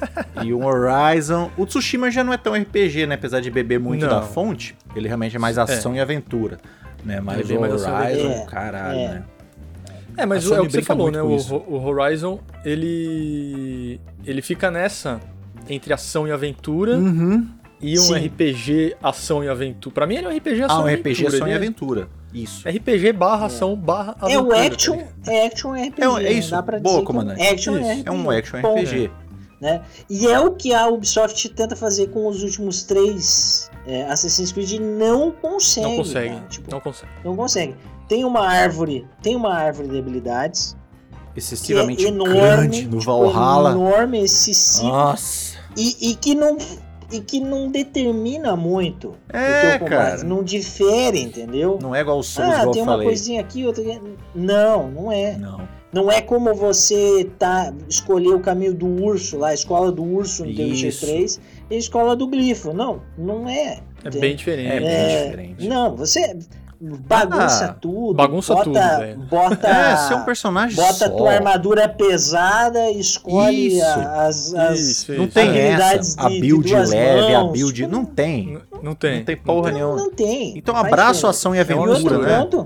E o Horizon... O Tsushima já não é tão R P G, né? Apesar de beber muito Não. da fonte, ele realmente é mais ação e aventura, né? Mas Ele é o mais ação e Horizon, aventura. caralho, É. né? É, mas A o- Sony é o que você brinca falou, muito né? com O, isso. o Horizon, ele... Ele fica nessa, entre ação e aventura, Uhum. e um Sim. R P G ação e aventura. Pra mim ele é um R P G ação Ah, um e R P G aventura. ação e ele é aventura. Isso. R P G barra ação barra É aventura. o tá action, ligado? é action R P G. É um- é né? isso. Dá pra Boa, dizer que comandante. Action Isso. R P G. É um action Ponto. R P G. Né? E é o que a Ubisoft tenta fazer com os últimos três é, Assassin's Creed e não consegue. Não consegue, cara. Tipo, não consegue. não consegue. Tem uma árvore, tem uma árvore de habilidades que é Excessivamente enorme, grande no tipo, Valhalla. enorme, excessivo Nossa. e, e que não e que não determina muito É, o teu cara. combate, não difere, entendeu? Não é igual o Souls, Ah, igual tem eu uma falei. coisinha aqui, outra aqui. Não, não é. Não. Não é como você tá escolher o caminho do urso lá, a escola do urso no The Witcher Isso. três e a escola do glifo. Não, não é. É Entende? bem diferente. É bem É, diferente. Não, você bagunça Ah, tudo. bagunça bota, tudo, velho. Bota, É, ser um personagem bota só. a tua armadura pesada, escolhe Isso. a- as, as Isso, Não isso. tem habilidades essa, a de- de build duas leve, a mãos. build... Não tem. N- Não tem. Não tem porra Não, nenhuma. não tem. Então Faz abraço a diferença. ação e E aventura, outro né? ponto.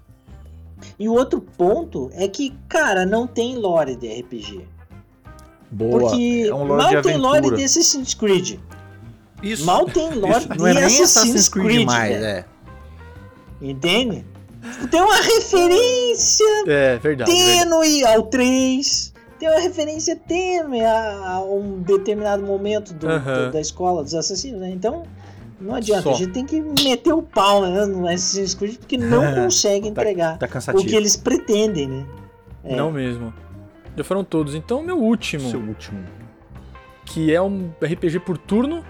E o outro ponto é que, cara, não tem lore de R P G. Boa. Porque É um lore mal de tem lore aventura. de Assassin's Creed. Isso. Mal tem lore Isso. de Não é nem Assassin's, Assassin's Creed, Creed, mais, velho. é. Entende? Tem uma referência É, verdade. verdade. tênue ao três. Tem uma referência tênue a, a um determinado momento do- Aham. da, da escola dos assassinos, né? Então, não adianta. Só. A gente tem que meter o pau, né, no Assassin's Creed porque não consegue entregar Tá o cansativo. que eles pretendem, né? É. Não mesmo. Já foram todos. Então, meu último, Seu último. que é um R P G por turno,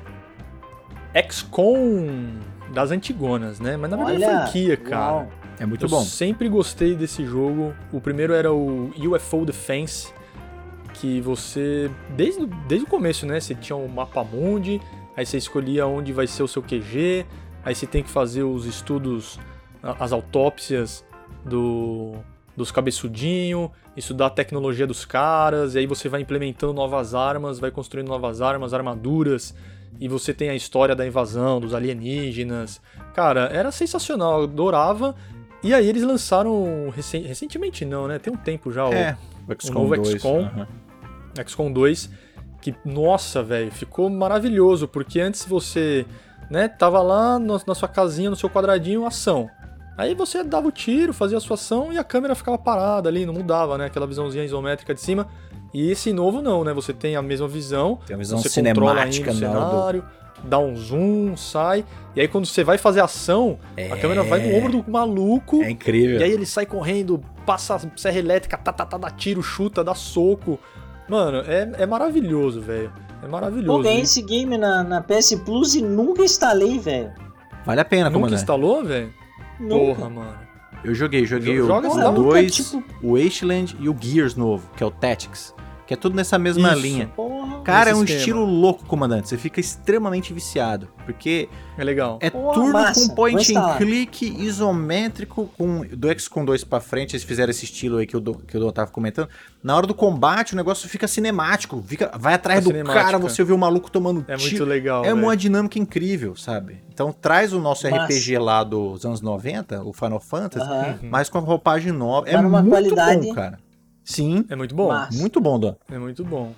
X COM das antigonas, né? Mas na verdade é Olha, franquia, cara. uau. É muito Eu bom. sempre gostei desse jogo. O primeiro era o U F O Defense, que você, desde, desde o começo, né? Você tinha o mapa mundi, aí você escolhia onde vai ser o seu Q G, aí você tem que fazer os estudos, a- as autópsias do, dos cabeçudinhos, estudar a tecnologia dos caras, e aí você vai implementando novas armas, vai construindo novas armas, armaduras, e você tem a história da invasão, dos alienígenas. Cara, era sensacional, eu adorava. E aí eles lançaram, recen- recentemente não, né? Tem um tempo já, É, o, o o X COM novo dois. X COM, Uhum. X COM dois, que, nossa, velho, ficou maravilhoso, porque antes você, né, tava lá no, na sua casinha, no seu quadradinho, ação. Aí você dava o tiro, fazia a sua ação e a câmera ficava parada ali, não mudava, né? Aquela visãozinha isométrica de cima. E esse novo não, né? Você tem a mesma visão, Tem a visão você controla ainda cinemática o na hora do- cenário, dá um zoom, sai. E aí quando você vai fazer ação, a câmera vai no ombro do maluco. É incrível. E aí ele sai correndo, passa a serra elétrica, tá, tá, tá, dá tiro, chuta, dá soco. Mano, é, é maravilhoso, velho. É maravilhoso. Pô, ganhei E esse game na, na P S Plus e nunca instalei, velho. Vale a pena, Nunca comandante. instalou, velho? Nunca. Porra, mano. Eu joguei, joguei Jo- o joga esse o daí. dois, Tipo- o Wasteland e o Gears novo, que é o Tactics. Que é tudo nessa mesma Isso. linha. Porra. Cara, é Nesse um esquema. estilo louco, comandante. Você fica extremamente viciado. Porque É legal. é Pô, turno massa. com Vou point and instalar. click isométrico, com do X COM dois pra frente, eles fizeram esse estilo aí que o Dom, que o Dom tava comentando. Na hora do combate, o negócio fica cinemático. Fica, vai atrás Fica do cinemática. cara, você vê o maluco tomando É tiro. muito legal, É velho. uma dinâmica incrível, sabe? Então traz o nosso Massa. R P G lá dos anos noventa, o Final Fantasy, Aham. mas com a roupagem nova. É Mas numa muito qualidade- bom, cara. Sim, É muito bom. Massa. muito bom, Dom. É muito bom.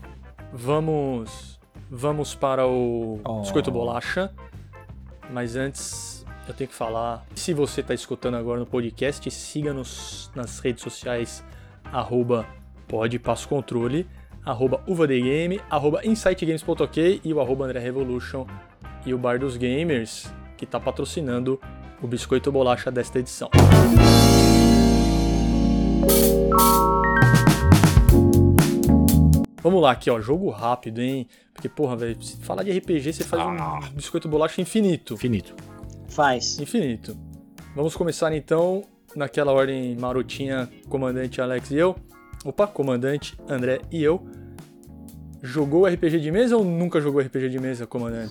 Vamos vamos para o Oh. Biscoito Bolacha. Mas antes eu tenho que falar, se você está escutando agora no podcast, siga-nos nas redes sociais, arroba podpasscontrole, arroba uvadgame, arroba insightgames.ok e o arroba André Revolution e o Bar dos Gamers, que está patrocinando o Biscoito Bolacha desta edição. Vamos lá aqui, ó, jogo rápido, hein? Porque, porra, velho, se falar de R P G, você faz Ah. um biscoito bolacha infinito. Finito. Faz. Infinito. Vamos começar então naquela ordem marotinha, comandante Alex e eu. Opa, comandante André e eu. Jogou R P G de mesa ou nunca jogou R P G de mesa, comandante?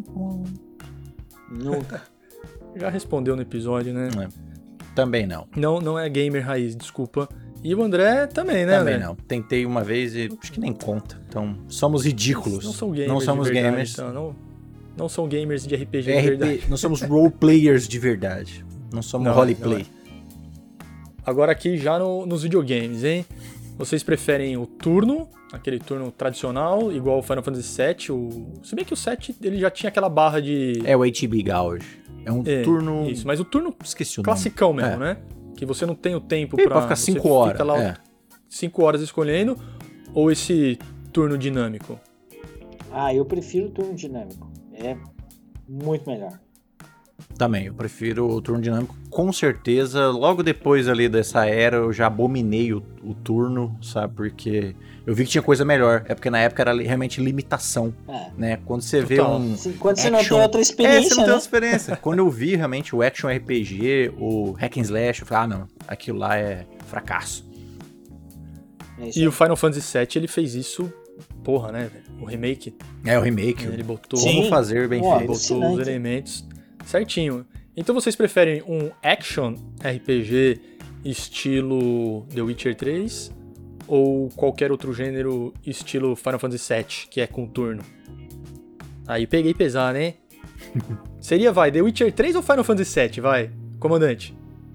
Nunca. Já respondeu no episódio, né? Também não. Não, não é gamer raiz, desculpa. E o André também, né, Também André? não. Tentei uma vez e acho que nem conta. Então, somos ridículos. Não são gamers Não somos de verdade, gamers. então, não, não são gamers de R P G de R P verdade. Não somos role players de verdade. Não somos Não, roleplay. Agora aqui já no- nos videogames, hein? Vocês preferem o turno, aquele turno tradicional, igual o Final Fantasy sete? O... Se bem que o sete ele já tinha aquela barra de... É o H B Gauge. É um É, turno. Isso, mas o turno Esqueci o nome. classicão mesmo, É. né? Que você não tem o tempo E pra... pra ficar você cinco horas. Fica lá É. cinco horas escolhendo, ou esse turno dinâmico? Ah, eu prefiro o turno dinâmico. É muito melhor. Também, eu prefiro o turno dinâmico. Com certeza, logo depois ali dessa era, eu já abominei o, o turno, sabe? Porque eu vi que tinha coisa melhor. É porque na época era li- realmente limitação, É. né? Quando você vê Total. um... Se- Quando você não action- tem outra É, você experiência, não tem né? outra experiência. Quando eu vi realmente o action R P G, o hack and slash, eu falei, ah, não, aquilo lá é fracasso. É isso E aí. o Final Fantasy sete ele fez isso, porra, né? velho? O remake, É o remake. ele botou... Sim. Como fazer bem Ó, feito. botou os Alucinante. elementos certinho. Então vocês preferem um action R P G estilo The Witcher três ou qualquer outro gênero estilo Final Fantasy sete, que é com turno? Aí peguei pesado, hein? Seria, vai, The Witcher três ou Final Fantasy sete, vai, comandante?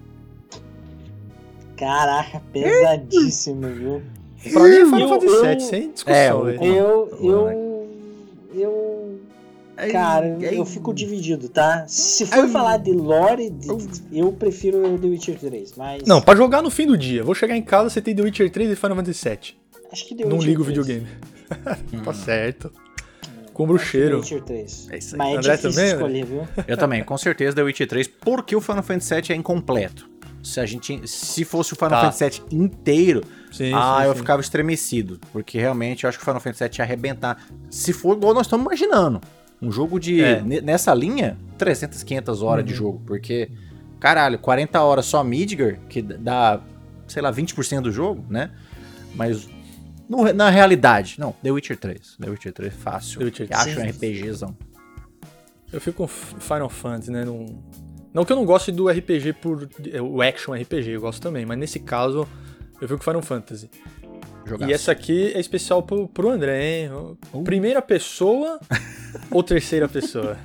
Caraca, pesadíssimo, viu? Pra mim é Final Eu- Fantasy eu- sete, sem discussão, É, o- velho. Eu, Pô, eu, eu, cara, eu fico dividido, tá? Se for Ai. falar de lore, de- eu prefiro The Witcher três, mas... Não, pra jogar no fim do dia. Vou chegar em casa, você tem The Witcher três e Final Fantasy sete. acho que The Não Witcher liga o três. videogame. Tá certo. Com Acho que The bruxeiro. Witcher três. É isso aí. Mas é André difícil também, né? escolher, viu? Eu também, com certeza The Witcher três, porque o Final Fantasy sete é incompleto. Se a gente, se fosse o Final Tá. Fantasy sete inteiro, Sim, ah, sim, eu sim. ficava estremecido, porque realmente eu acho que o Final Fantasy sete ia arrebentar. Se for igual nós estamos imaginando, um jogo de É. ne- nessa linha, trezentas, quinhentas horas Uhum. de jogo, porque caralho, quarenta horas só Midgar, que dá, sei lá, vinte por cento do jogo, né? Mas no- na realidade, não, The Witcher três, The Witcher três fácil. The Witcher Acho um três. RPGzão. Eu fico com Final Fantasy, né? Não, não que eu não goste do R P G por. O action R P G, eu gosto também, mas nesse caso eu fico com Final Fantasy. Jogaço. E essa aqui é especial pro, pro André, hein? Uh. Primeira pessoa ou terceira pessoa?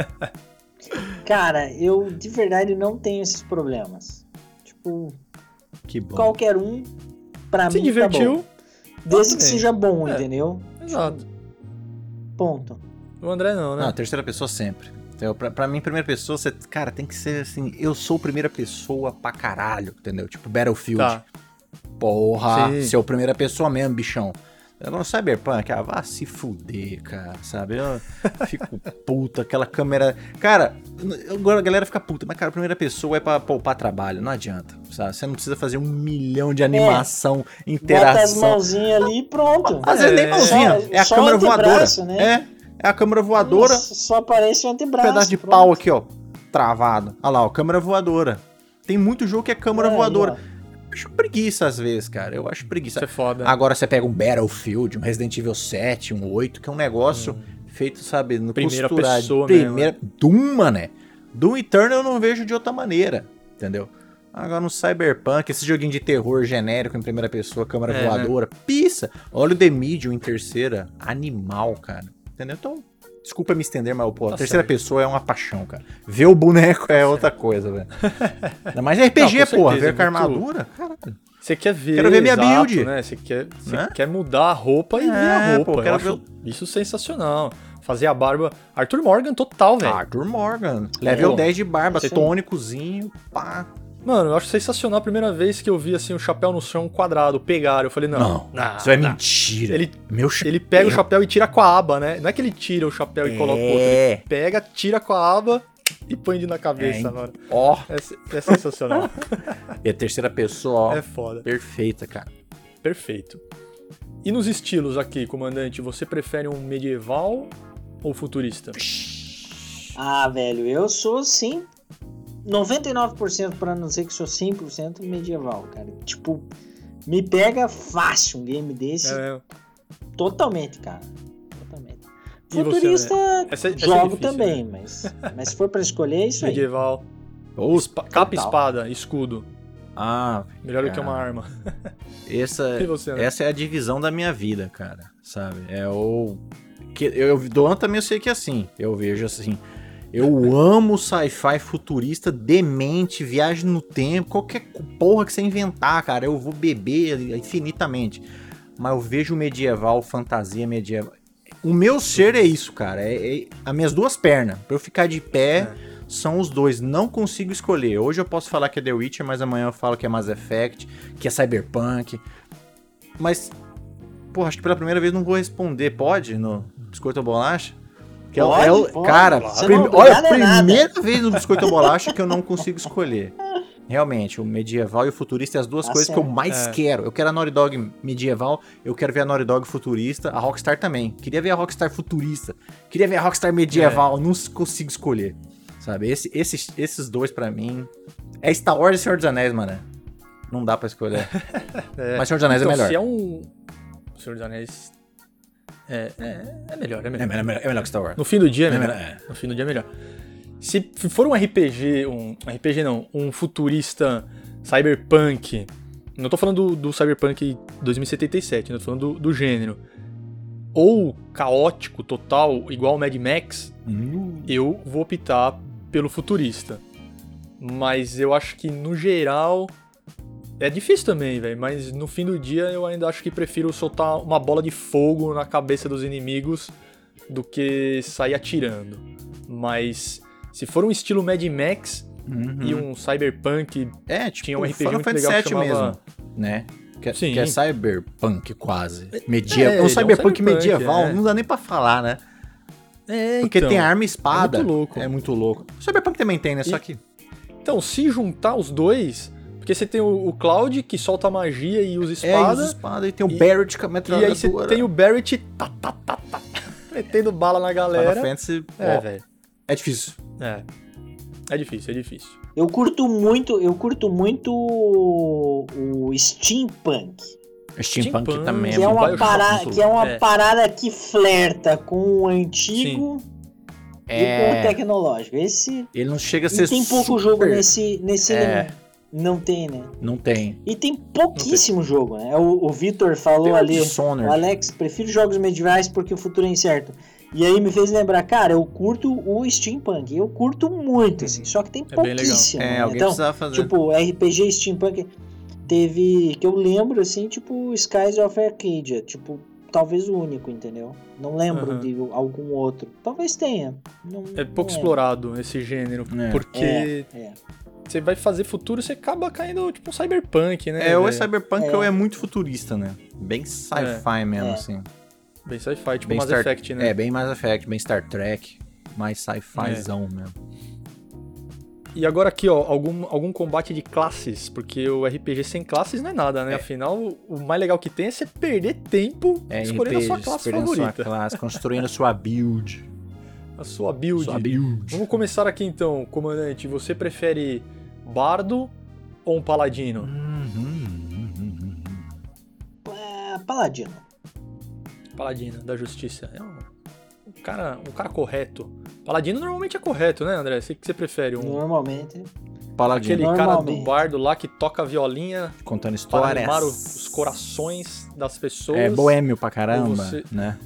Cara, eu de verdade não tenho esses problemas. Tipo, Que bom. qualquer um, pra Se mim divertiu? tá bom. Desde que também. seja bom, É. entendeu? Exato. Ponto. O André não, né? Não, terceira pessoa sempre. Então, pra, pra mim, primeira pessoa, você, cara, tem que ser assim, eu sou primeira pessoa pra caralho, entendeu? Tipo, Battlefield. Tá. Porra, Sim. seu primeira pessoa mesmo, bichão. Agora no Cyberpunk, ah, vá se fuder, cara, sabe? Eu fico puta, aquela câmera... Cara, agora a galera fica puta, mas cara, a primeira pessoa é pra poupar trabalho, não adianta, sabe? Você não precisa fazer um milhão de animação, Bota as interação. mãozinhas ali e pronto. Às vezes nem É. mãozinha, Só- é a só câmera o antebraço, voadora. né? É, é a câmera voadora, Nossa, só aparece o um antebraço. pedaço de pronto. pau aqui, ó, travado. Olha lá, ó, câmera voadora. Tem muito jogo que é câmera É, aí, voadora. ó. Eu acho preguiça às vezes, cara, eu acho preguiça. Isso é foda. Agora você pega um Battlefield, um Resident Evil sete, um oito, que é um negócio hum. feito, sabe, no Primeira costurar. pessoa primeira... mesmo, Doom, mané. Doom Eternal eu não vejo de outra maneira, entendeu? Agora no Cyberpunk, esse joguinho de terror genérico em primeira pessoa, câmera É, voadora, pissa. Olha o The Medium em terceira, animal, cara. Entendeu? Então, desculpa me estender, mas pô, a Tá terceira certo. pessoa é uma paixão, cara. Ver o boneco é outra coisa, velho. Ainda mais R P G, Não, com porra. certeza, Ver com a é muito- armadura, caralho. Você quer ver, Quero ver minha exato, build. né? Você quer, você Né? quer mudar a roupa e É, ver a roupa. pô, Eu quero acho isso sensacional. Fazer a barba... Arthur Morgan total, velho. Arthur Morgan. Level Pô, dez de barba, isso aí. tônicozinho, pá. Mano, eu acho sensacional a primeira vez que eu vi assim o chapéu no chão quadrado, pegaram. Eu falei, não, Não, isso é não. mentira. Ele, Meu chapéu. ele pega o chapéu e tira com a aba, né? Não é que ele tira o chapéu e coloca o outro. É. Ele pega, tira com a aba e põe de na É, cabeça, hein? mano. Ó, É, se- é sensacional. e a terceira pessoa, ó, É foda. perfeita, cara. Perfeito. E nos estilos aqui, comandante, você prefere um medieval ou futurista? Ah, velho, eu sou sim noventa e nove por cento, pra não dizer que sou cem por cento medieval, cara. Tipo, me pega fácil um game desse, É, totalmente, cara. Totalmente. E você, Futurista, Essa- essa é jogo difícil, também, né? mas, mas se for pra escolher, é isso aí. medieval. Ô, Espa- capa e total. espada, escudo. ah, Melhor do que cara. uma arma. Essa, E você, né? essa é a divisão da minha vida, cara, sabe? É o... Que, eu, Doan também eu sei que é assim, eu vejo assim... Eu amo sci-fi futurista, demente, viagem no tempo, qualquer porra que você inventar, cara, eu vou beber infinitamente. Mas eu vejo medieval, fantasia medieval. O meu ser é isso, cara, é, é as minhas duas pernas. Pra eu ficar de pé, É. são os dois, não consigo escolher. Hoje eu posso falar que é The Witcher, mas amanhã eu falo que é Mass Effect, que é Cyberpunk. Mas, porra, acho que pela primeira vez não vou responder. Pode no Biscoito ou Bolacha? Que é o- Pode, é o, pode, cara, claro. prim- Você não é olha, obrigado a nada. primeira vez no Biscoito ou Bolacha que eu não consigo escolher. Realmente, o medieval e o futurista é as duas Tá coisas que eu certo. mais É. quero. Eu quero a Naughty Dog medieval, eu quero ver a Naughty Dog futurista, a Rockstar também. Queria ver a Rockstar futurista, queria ver a Rockstar medieval, não s- consigo escolher. Sabe, Esse, esses, esses dois pra mim... É Star Wars e Senhor dos Anéis, mano. Não dá pra escolher. É. Mas Senhor dos Anéis Então, é melhor. se é um... O Senhor dos Anéis... É, é, é melhor, é melhor. É, melhor, é melhor que Star Wars. No fim do dia é É melhor. melhor, é. No fim do dia é melhor. Se for um R P G, um R P G não, um futurista cyberpunk, não tô falando do, do Cyberpunk dois mil e setenta e sete, né? Tô falando do, do gênero. Ou caótico total, igual o Mad Max, Hum. eu vou optar pelo futurista. Mas eu acho que no geral é difícil também, velho, mas no fim do dia eu ainda acho que prefiro soltar uma bola de fogo na cabeça dos inimigos do que sair atirando. Mas se for um estilo Mad Max Uhum. e um Cyberpunk, É, tipo, tinha um R P G Final muito Fantasy legal que sete chamava- mesmo, né? Que, é- Sim. que é cyberpunk quase. Medieval. É, É, um ele é um cyberpunk cyberpunk, medieval, é. não dá nem pra falar, né? é, Porque então, tem arma e espada. é muito louco. É muito louco. O cyberpunk também tem, né? Só E- que... Então, se juntar os dois, porque você tem o, o Cloud que solta magia e usa É, espada, usa espada e tem o e- Barrett com a e metralhadora. aí você tem o Barrett tá, tá, tá, tá, metendo bala na Final galera. Fantasy, É, ó, velho. é difícil. É. É difícil, é difícil. Eu curto muito, eu curto muito o o steampunk, Steampunk, Steampunk, também que é é muito uma Bioshock, parada, muito que é uma É. parada que flerta com o antigo e com o É, tecnológico. Esse ele não chega a e ser tem pouco super- jogo nesse nesse É. elemento. Não tem, né? Não tem. E tem pouquíssimo jogo, né? O, o Vitor falou Tem o ali, Dishonored. o Alex, prefiro jogos medievais porque o futuro é incerto. E aí me fez lembrar, cara, eu curto o steampunk, eu curto muito, assim, só que tem É bem legal. pouquíssimo. É, né? alguém Então, precisava fazer. tipo, R P G steampunk teve, que eu lembro, assim, tipo, Skies of Arcadia, tipo, talvez o único, entendeu? Não lembro Aham. de algum outro. Talvez tenha. Não, É não pouco lembro. explorado esse gênero, É. porque É, é. você vai fazer futuro, você acaba caindo tipo um cyberpunk, né? É, ou é velho? cyberpunk É. ou é muito futurista, né? Bem sci-fi mesmo, É. assim. Bem sci-fi, tipo Bem Mass Star... Effect, né? É, bem Mass Effect, bem Star Trek. Mais sci-fizão mesmo. E agora aqui, ó, algum, algum combate de classes, porque o R P G sem classes não é nada, né? É. Afinal, o mais legal que tem é você perder tempo É, escolhendo a sua R P Gs, classe perdendo favorita. sua classe, construindo a sua build. A sua build. Sua build. Vamos começar aqui então, comandante. Você prefere bardo ou um paladino? Uhum. É, Paladino. Paladino, da justiça. É um, um cara, um cara correto. Paladino normalmente é correto, né, André? Você que você prefere? Um, Normalmente. Paladino. aquele cara do Normalmente. bardo lá que toca a violinha Contando para histórias. animar o- os corações das pessoas. É boêmio pra caramba, Você- né?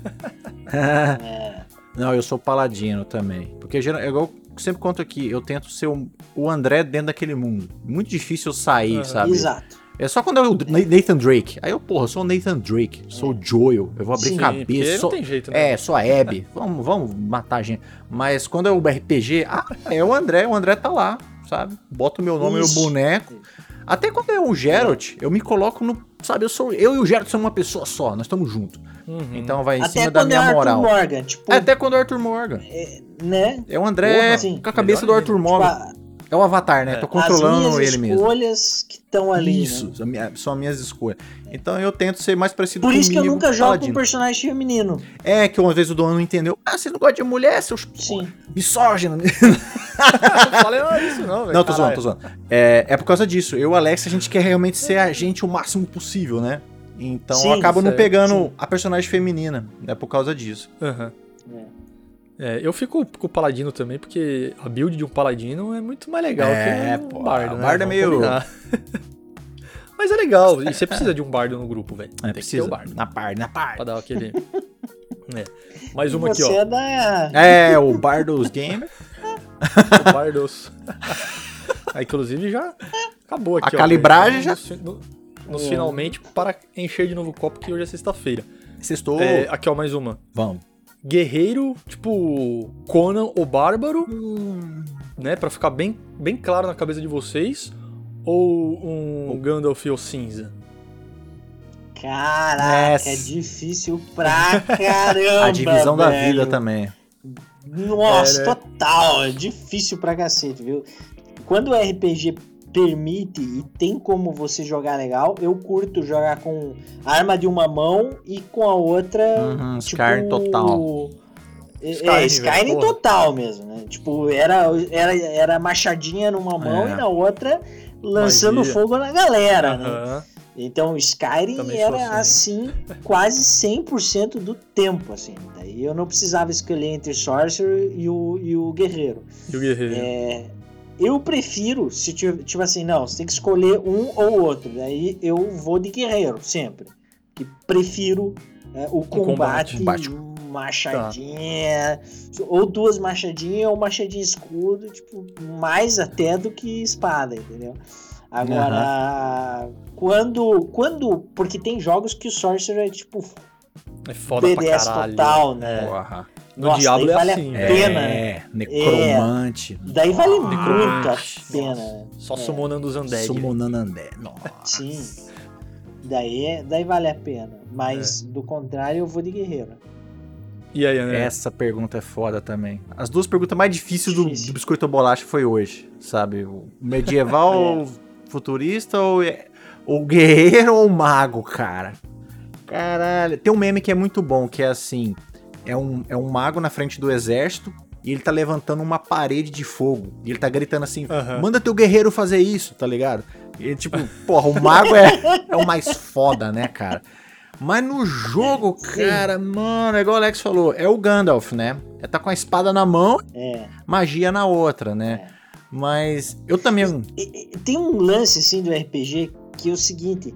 É, Não, eu sou paladino também. Porque geral- é igual eu sempre conto aqui, eu tento ser o, o André dentro daquele mundo. Muito difícil eu sair, Aham. sabe? exato. É só quando é o Nathan Drake. Aí eu, porra, eu sou o Nathan Drake, sou o Joel, eu vou abrir Sim, porque cabeça. não Sou... tem jeito, né? É, sou a Abby. vamos, vamos matar a gente. Mas quando é o R P G, ah, é o André, o André tá lá, sabe? Bota o meu nome Isso. no boneco. Até quando é o Geralt, eu me coloco no. Sabe, eu sou. Eu e o Geralt somos uma pessoa só, nós estamos juntos. Uhum. Então vai em Até cima da quando é minha Arthur moral. Morgan, tipo, Até quando é o Arthur Morgan. né? É o André Porra, sim. com a cabeça do Melhor Arthur ainda. Tipo, Morgan. a- É o Avatar, né? É. Tô controlando as minhas ele mesmo. escolhas que estão ali. Isso, né? a minha- são as minhas escolhas. Então eu tento ser mais parecido Por comigo. isso que eu nunca jogo com Paladino. um personagem feminino. É que uma vez o dono não entendeu. Ah, você não gosta de mulher, seus Sim. misógino. Não falei nada disso, não, velho. Não, tô zoando, Caralho. tô zoando. É, é por causa disso. Eu e o Alex, a gente quer realmente ser a gente o máximo possível, né? Então Sim, eu acabo não certo, pegando sim. a personagem feminina. É por causa disso. Aham. É. É, eu fico com o paladino também, porque a build de um paladino é muito mais legal É, que um pô, bardo, o né? bardo é Vamos meio- combinar. Mas é legal, e você precisa de um bardo no grupo, velho. É, Tem precisa. que ter o bardo, Na parte, na parte. pra dar aquele... É. Mais uma aqui, Você ó. é da... É, o bar dos games. O bardos. Aí, inclusive, já acabou aqui, A ó. calibragem Então, já- Nos, no- nos É. finalmente para encher de novo copo, que hoje é sexta-feira. Sextou. É, aqui, ó, mais uma. Vamos. Guerreiro, tipo Conan o Bárbaro, né? Pra ficar bem, bem claro na cabeça de vocês. Ou um Gandalf ou cinza? Caraca, Essa. é difícil pra caramba. A divisão da velho. vida também. Nossa, É, né? total. É difícil pra cacete, viu? Quando o R P G permite e tem como você jogar legal, eu curto jogar com a arma de uma mão e com a outra. Uhum, tipo, Skyrim total. É, Skyrim, é, Skyrim velho, porra. total mesmo, né? Tipo, era, era, era machadinha numa mão É. e na outra lançando Magia. fogo na galera, né? Aham. Então, Skyrim Também sou era assim. assim, quase cem por cento do tempo, assim. Daí eu não precisava escolher entre Sorcerer e o, e o Guerreiro. E o Guerreiro? É, eu prefiro, se tipo, tipo assim, não, você tem que escolher um ou outro. Daí eu vou de Guerreiro, sempre. Que prefiro é, o combate, combate. machadinha, ou duas machadinhas ou machadinha escudo, tipo, mais até do que espada, entendeu? Agora, quando, quando. Porque tem jogos que o Sorcerer é tipo É foda B pra D S caralho. total, né? Porra. No Nossa, Diablo daí é vale a assim, pena. velho. Pena. É, necromante. Daí vale muito Necromante. a pena, né? Só É. summonando os undead. Summonando Andé. Nossa. Sim. Daí, é- daí vale a pena. Mas do contrário, eu vou de guerreiro. E aí, André? Essa pergunta é foda também. As duas perguntas mais difíceis do, Difícil. do Biscoito ou Bolacha foi hoje, sabe? O medieval ou futurista ou, ou guerreiro ou mago, cara? Caralho. Tem um meme que é muito bom, que é assim, é um, é um mago na frente do exército e ele tá levantando uma parede de fogo. E ele tá gritando assim, Aham. manda teu guerreiro fazer isso, tá ligado? E tipo, porra, o mago é, é o mais foda, né, cara? Mas no jogo, Sim. cara, mano, é igual o Alex falou, é o Gandalf, né? É tá com a espada na mão, É. magia na outra, né? Mas eu também... E- e- Tem um lance assim do R P G que é o seguinte: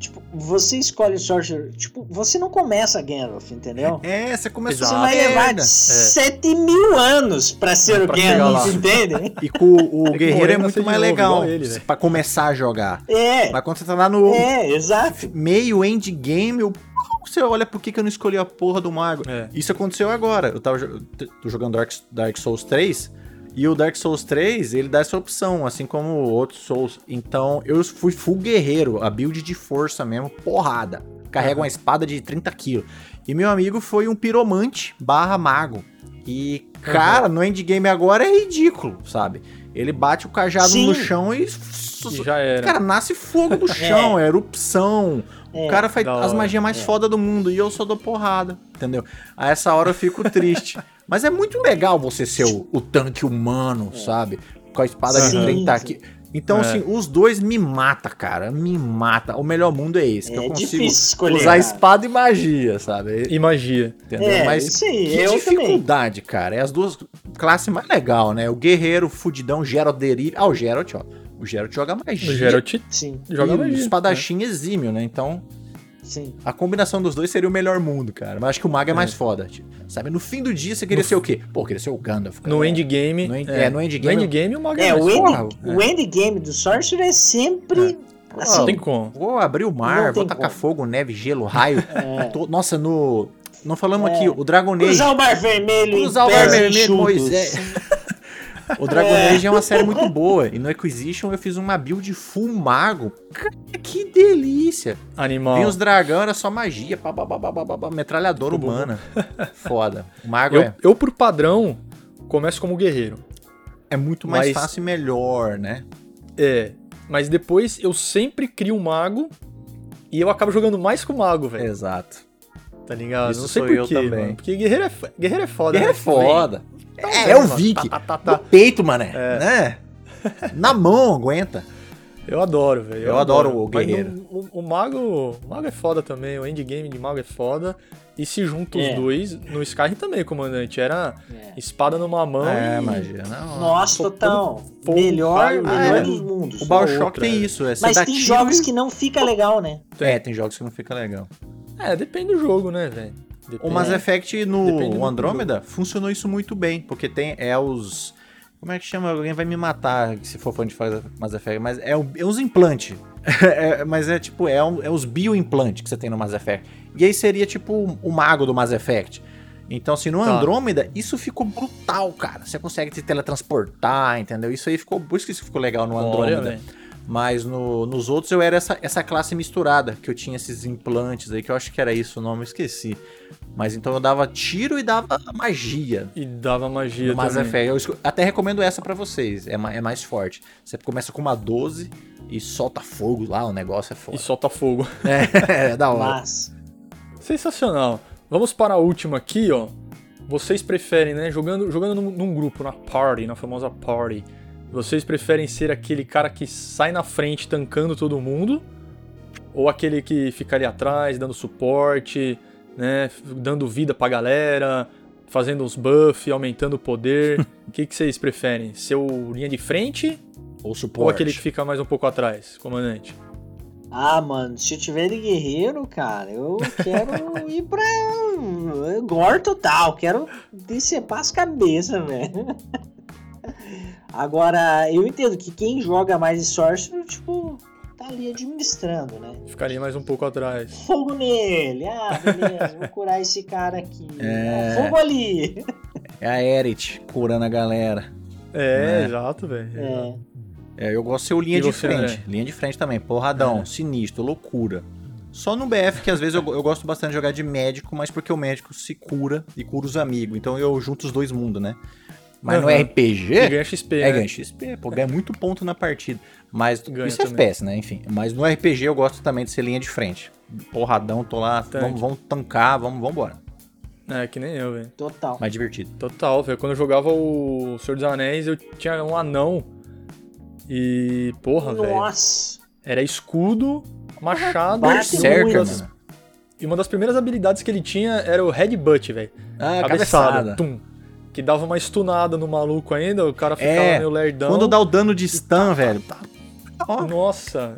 Tipo, você escolhe o Sorcerer. Tipo, você não começa Gandalf, entendeu? É, você começou Você a vai levar merda. sete mil anos pra ser É, o pra chegar Gandalf, lá. entende? E com o Tem que guerreiro morrer é e muito nascer mais de novo, legal igual ele, velho. pra começar a jogar. É, Mas quando você tá lá no é, exato. meio endgame, eu... você olha por que que eu não escolhi a porra do mago. É. Isso aconteceu agora. Eu tava jo- tô jogando Dark, Dark Souls três, e o Dark Souls três, ele dá essa opção, assim como outros Souls. Então, eu fui full guerreiro, a build de força mesmo, porrada. Carrega uma espada de trinta quilos. E meu amigo foi um piromante barra mago. E, cara, no endgame agora é ridículo, sabe? Ele bate o cajado Sim. no chão e... E já era. Cara, nasce fogo do chão, é, erupção. É, O cara faz da as hora, magias mais é. foda do mundo e eu só dou porrada, entendeu? A essa hora eu fico triste. Mas é muito legal você ser o, o tanque humano, sabe? Com a espada de Sim, trinta sim. quilos. Então, É. assim, os dois me mata, cara. Me mata. O melhor mundo é esse, que É eu consigo difícil escolher, usar cara. espada e magia, sabe? E magia. Entendeu? É, Mas isso aí, que eu dificuldade, cara. É as duas classes mais legal, né? O guerreiro, fudidão, Geralt Derive. Ah, o Geralt, ó. O Geralt joga magia. O Geralt Sim, joga e o magia. espadachim exímio, né? Então, sim. a combinação dos dois seria o melhor mundo, cara. Mas acho que o mago é, É. mais foda. tipo, Sabe? No fim do dia, você queria No ser o quê? Pô, queria ser o Gandalf. cara. No endgame. No end- é, no endgame- No endgame o mago É, é o, mais end, porra, o endgame do Sorcerer é sempre assim. Não tem como. Vou abrir o mar, Não vou tem tacar como. fogo, neve, gelo, raio. É. Tô- Nossa, no... Não falamos É. aqui, o Dragon Age... Cruzar o Mar Vermelho Cruzar o em Mar pés Vermelho, enxutos. Moisés. O Dragon Age é uma série muito boa. E no Acquisition eu fiz uma build full mago. Cara, que delícia. Animal. Vinha os dragão, era só magia. Pá, pá, pá, pá, pá, pá, metralhadora Bum, bum, humana. Foda. O mago Eu, é, eu, por padrão, começo como guerreiro. é muito mais mas- fácil e melhor, né? É. Mas depois eu sempre crio um mago e eu acabo jogando mais com o mago, velho. Exato. Tá ligado? Isso Não sei sou por eu quê, também. mano. Porque guerreiro é, f- guerreiro é foda, Guerreiro é né? foda. Então, É, vem, é o mano. Vic. Tá, tá, tá, No tá. peito, mané. Né? Na mão, aguenta. Eu adoro, velho. Eu adoro o Mas guerreiro. no- O, o mago, o mago é foda também. O endgame de mago é foda. E se junta os É. dois, no Skyrim também, comandante. Era É. espada numa mão É, e... magia. Não, Nossa, Soltando total. fogo, Melhor, raio, melhor ah, é. dos mundos. O Bioshock outra, tem é. isso. É, você Mas dá tem tiro jogos e- que não fica legal, né? É, tem jogos que não fica legal. É, depende do jogo, né, velho? O Mass Depende. Effect no Depende muito do Andromeda funcionou isso muito bem, porque tem é os como é que chama? Alguém vai me matar se for fã de Mass Effect, mas é, o- é uns implantes. É, mas é tipo, é, um- é os bioimplantes que você tem no Mass Effect. E aí seria tipo o mago do Mass Effect. Então, assim, no Tá. Andrômeda, isso ficou brutal, cara. Você consegue se teletransportar, entendeu? Isso aí ficou. Por isso que isso ficou legal no Olha, Andrômeda. velho. Mas no- nos outros eu era essa, essa classe misturada, que eu tinha esses implantes aí, que eu acho que era isso o nome, eu esqueci. Mas então eu dava tiro e dava magia. E dava magia No Mass também. Effect. Eu esco- até recomendo essa pra vocês, é, ma- é mais forte. Você começa com uma doze e solta fogo lá, o negócio é E foda. solta fogo. É, é da hora. Mas. Sensacional. Vamos para a última aqui, ó. Vocês preferem, né? Jogando, jogando num, num grupo, na party, na famosa party. Vocês preferem ser aquele cara que sai na frente tancando todo mundo? Ou aquele que fica ali atrás, dando suporte, né? Dando vida pra galera, fazendo uns buffs, aumentando o poder. O que, que vocês preferem? Ser o linha de frente Ou suporte. ou aquele que fica mais um pouco atrás, comandante? Ah, mano, se eu tiver de guerreiro, cara, eu quero ir pra. Gore total, quero decepar as cabeças, velho. Agora, eu entendo que quem joga mais de Sorcerer, tipo, tá ali administrando, né? Ficaria mais um pouco atrás. Fogo nele, ah, beleza, vou curar esse cara aqui. É. Ah, fogo ali. É a Eret curando a galera. É, Né? exato, velho. É. É, eu gosto de ser o linha E de você, frente. André? Linha de frente também. Porradão, É. sinistro, loucura. Só no B F, que às vezes eu, eu gosto bastante de jogar de médico, mas porque o médico se cura e cura os amigos. Então eu junto os dois mundos, né? Mas no Aham. R P E G, ganha X P, é né? ganha X P, pô, ganha muito ponto na partida. Mas Ganha isso é também. F P S, né? Enfim. Mas no R P G eu gosto também de ser linha de frente. Porradão, tô lá, Tanque. vamos, vamos tancar, vamos, vamos embora. É, que nem eu, velho. Total. Mais divertido. Total, velho. Quando eu jogava o Senhor dos Anéis, eu tinha um anão. E, porra, velho. Nossa. Era escudo, machado Bate e uma Cerca, das- mano. E uma das primeiras habilidades que ele tinha era o headbutt, velho. Ah, Cabeçada. cabeçada. Tum. Que dava uma stunada no maluco ainda, o cara ficava É, meio lerdão. Quando dá o dano de stun, velho. Ó, Nossa.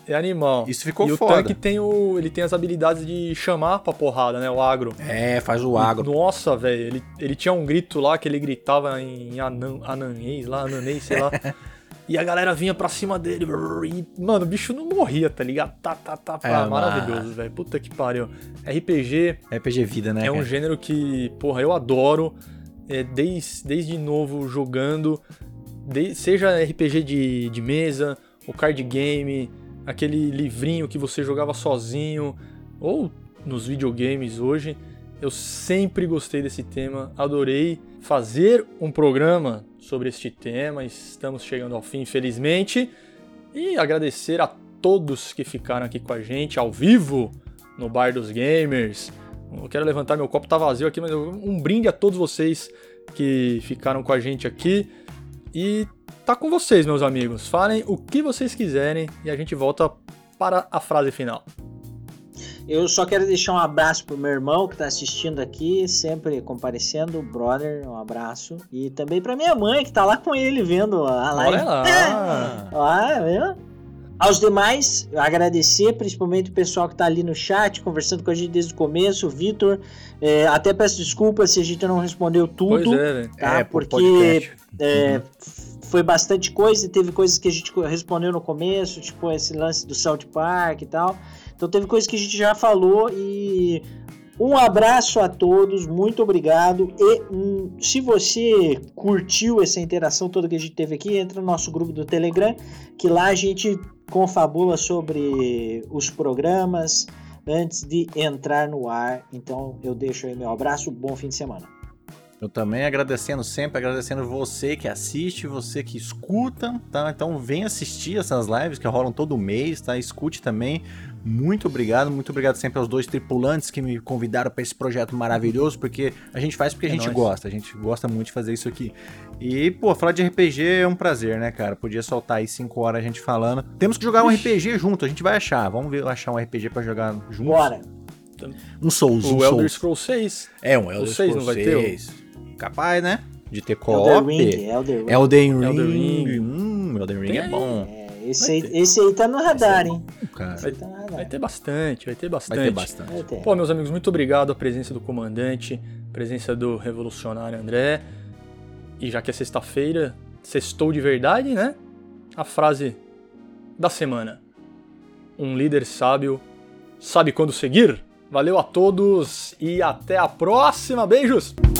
É animal. Isso ficou e foda. E o tanque tem, o, ele tem as habilidades de chamar pra porrada, né? O agro. É, faz o agro. Nossa, velho. Ele, ele tinha um grito lá que ele gritava em anan, ananês, lá, ananês, sei lá. E a galera vinha pra cima dele. E, mano, o bicho não morria, tá ligado? Tá, tá, tá. tá É, maravilhoso, velho. Puta que pariu. R P G... R P G vida, né? É um cara? gênero que, porra, eu adoro. É, desde, desde novo jogando. De, seja R P G de, de mesa, o card game, aquele livrinho que você jogava sozinho. Ou nos videogames hoje. Eu sempre gostei desse tema. Adorei fazer um programa sobre este tema. Estamos chegando ao fim, infelizmente. E agradecer a todos que ficaram aqui com a gente ao vivo no Bar dos Gamers. Eu quero levantar, meu copo tá vazio aqui, mas um brinde a todos vocês que ficaram com a gente aqui. E tá com vocês, meus amigos. Falem o que vocês quiserem e a gente volta para a frase final. Eu só quero deixar um abraço pro meu irmão que tá assistindo aqui, sempre comparecendo, brother, um abraço. E também pra minha mãe que tá lá com ele vendo a live. Olha lá! Ah, viu? Aos demais, agradecer principalmente o pessoal que tá ali no chat, conversando com a gente desde o começo, o Vitor. É, até peço desculpas se a gente não respondeu tudo. Pois é, velho. Tá? É, por porque podcast. é, Uhum. foi bastante coisa e teve coisas que a gente respondeu no começo, tipo esse lance do South Park e tal. Então teve coisas que a gente já falou e um abraço a todos, muito obrigado. E hum, se você curtiu essa interação toda que a gente teve aqui, entra no nosso grupo do Telegram, que lá a gente confabula sobre os programas antes de entrar no ar. Então eu deixo aí meu abraço, bom fim de semana. Eu também agradecendo sempre, agradecendo você que assiste, você que escuta, tá? Então vem assistir essas lives que rolam todo mês, tá? Escute também. Muito obrigado, muito obrigado sempre aos dois tripulantes que me convidaram para esse projeto maravilhoso, porque a gente faz porque a É gente nóis. gosta, a gente gosta muito de fazer isso aqui. E, pô, falar de R P G é um prazer, né, cara? Podia soltar aí cinco horas a gente falando. Temos que jogar um R P G junto, a gente vai achar. Vamos ver, achar um R P G pra jogar junto. Bora! Um Souls, um O Elder Souls. Scrolls seis. É, um Elder o seis Scrolls não vai ter o- seis. Capaz, né? De ter Elder co-op. Ring, Elder Ring. Elden Ring. Elden Ring. Hum, Elden Ring Tem é aí. bom, É, esse, Vai aí, ter. esse aí tá no radar, hein? cara. Esse aí tá no radar. Vai ter bastante, vai ter bastante. Vai ter bastante. Vai ter. Pô, meus amigos, muito obrigado a presença do comandante, presença do revolucionário André. E já que é sexta-feira, sextou de verdade, né? A frase da semana. Um líder sábio sabe quando seguir? Valeu a todos e até a próxima. Beijos!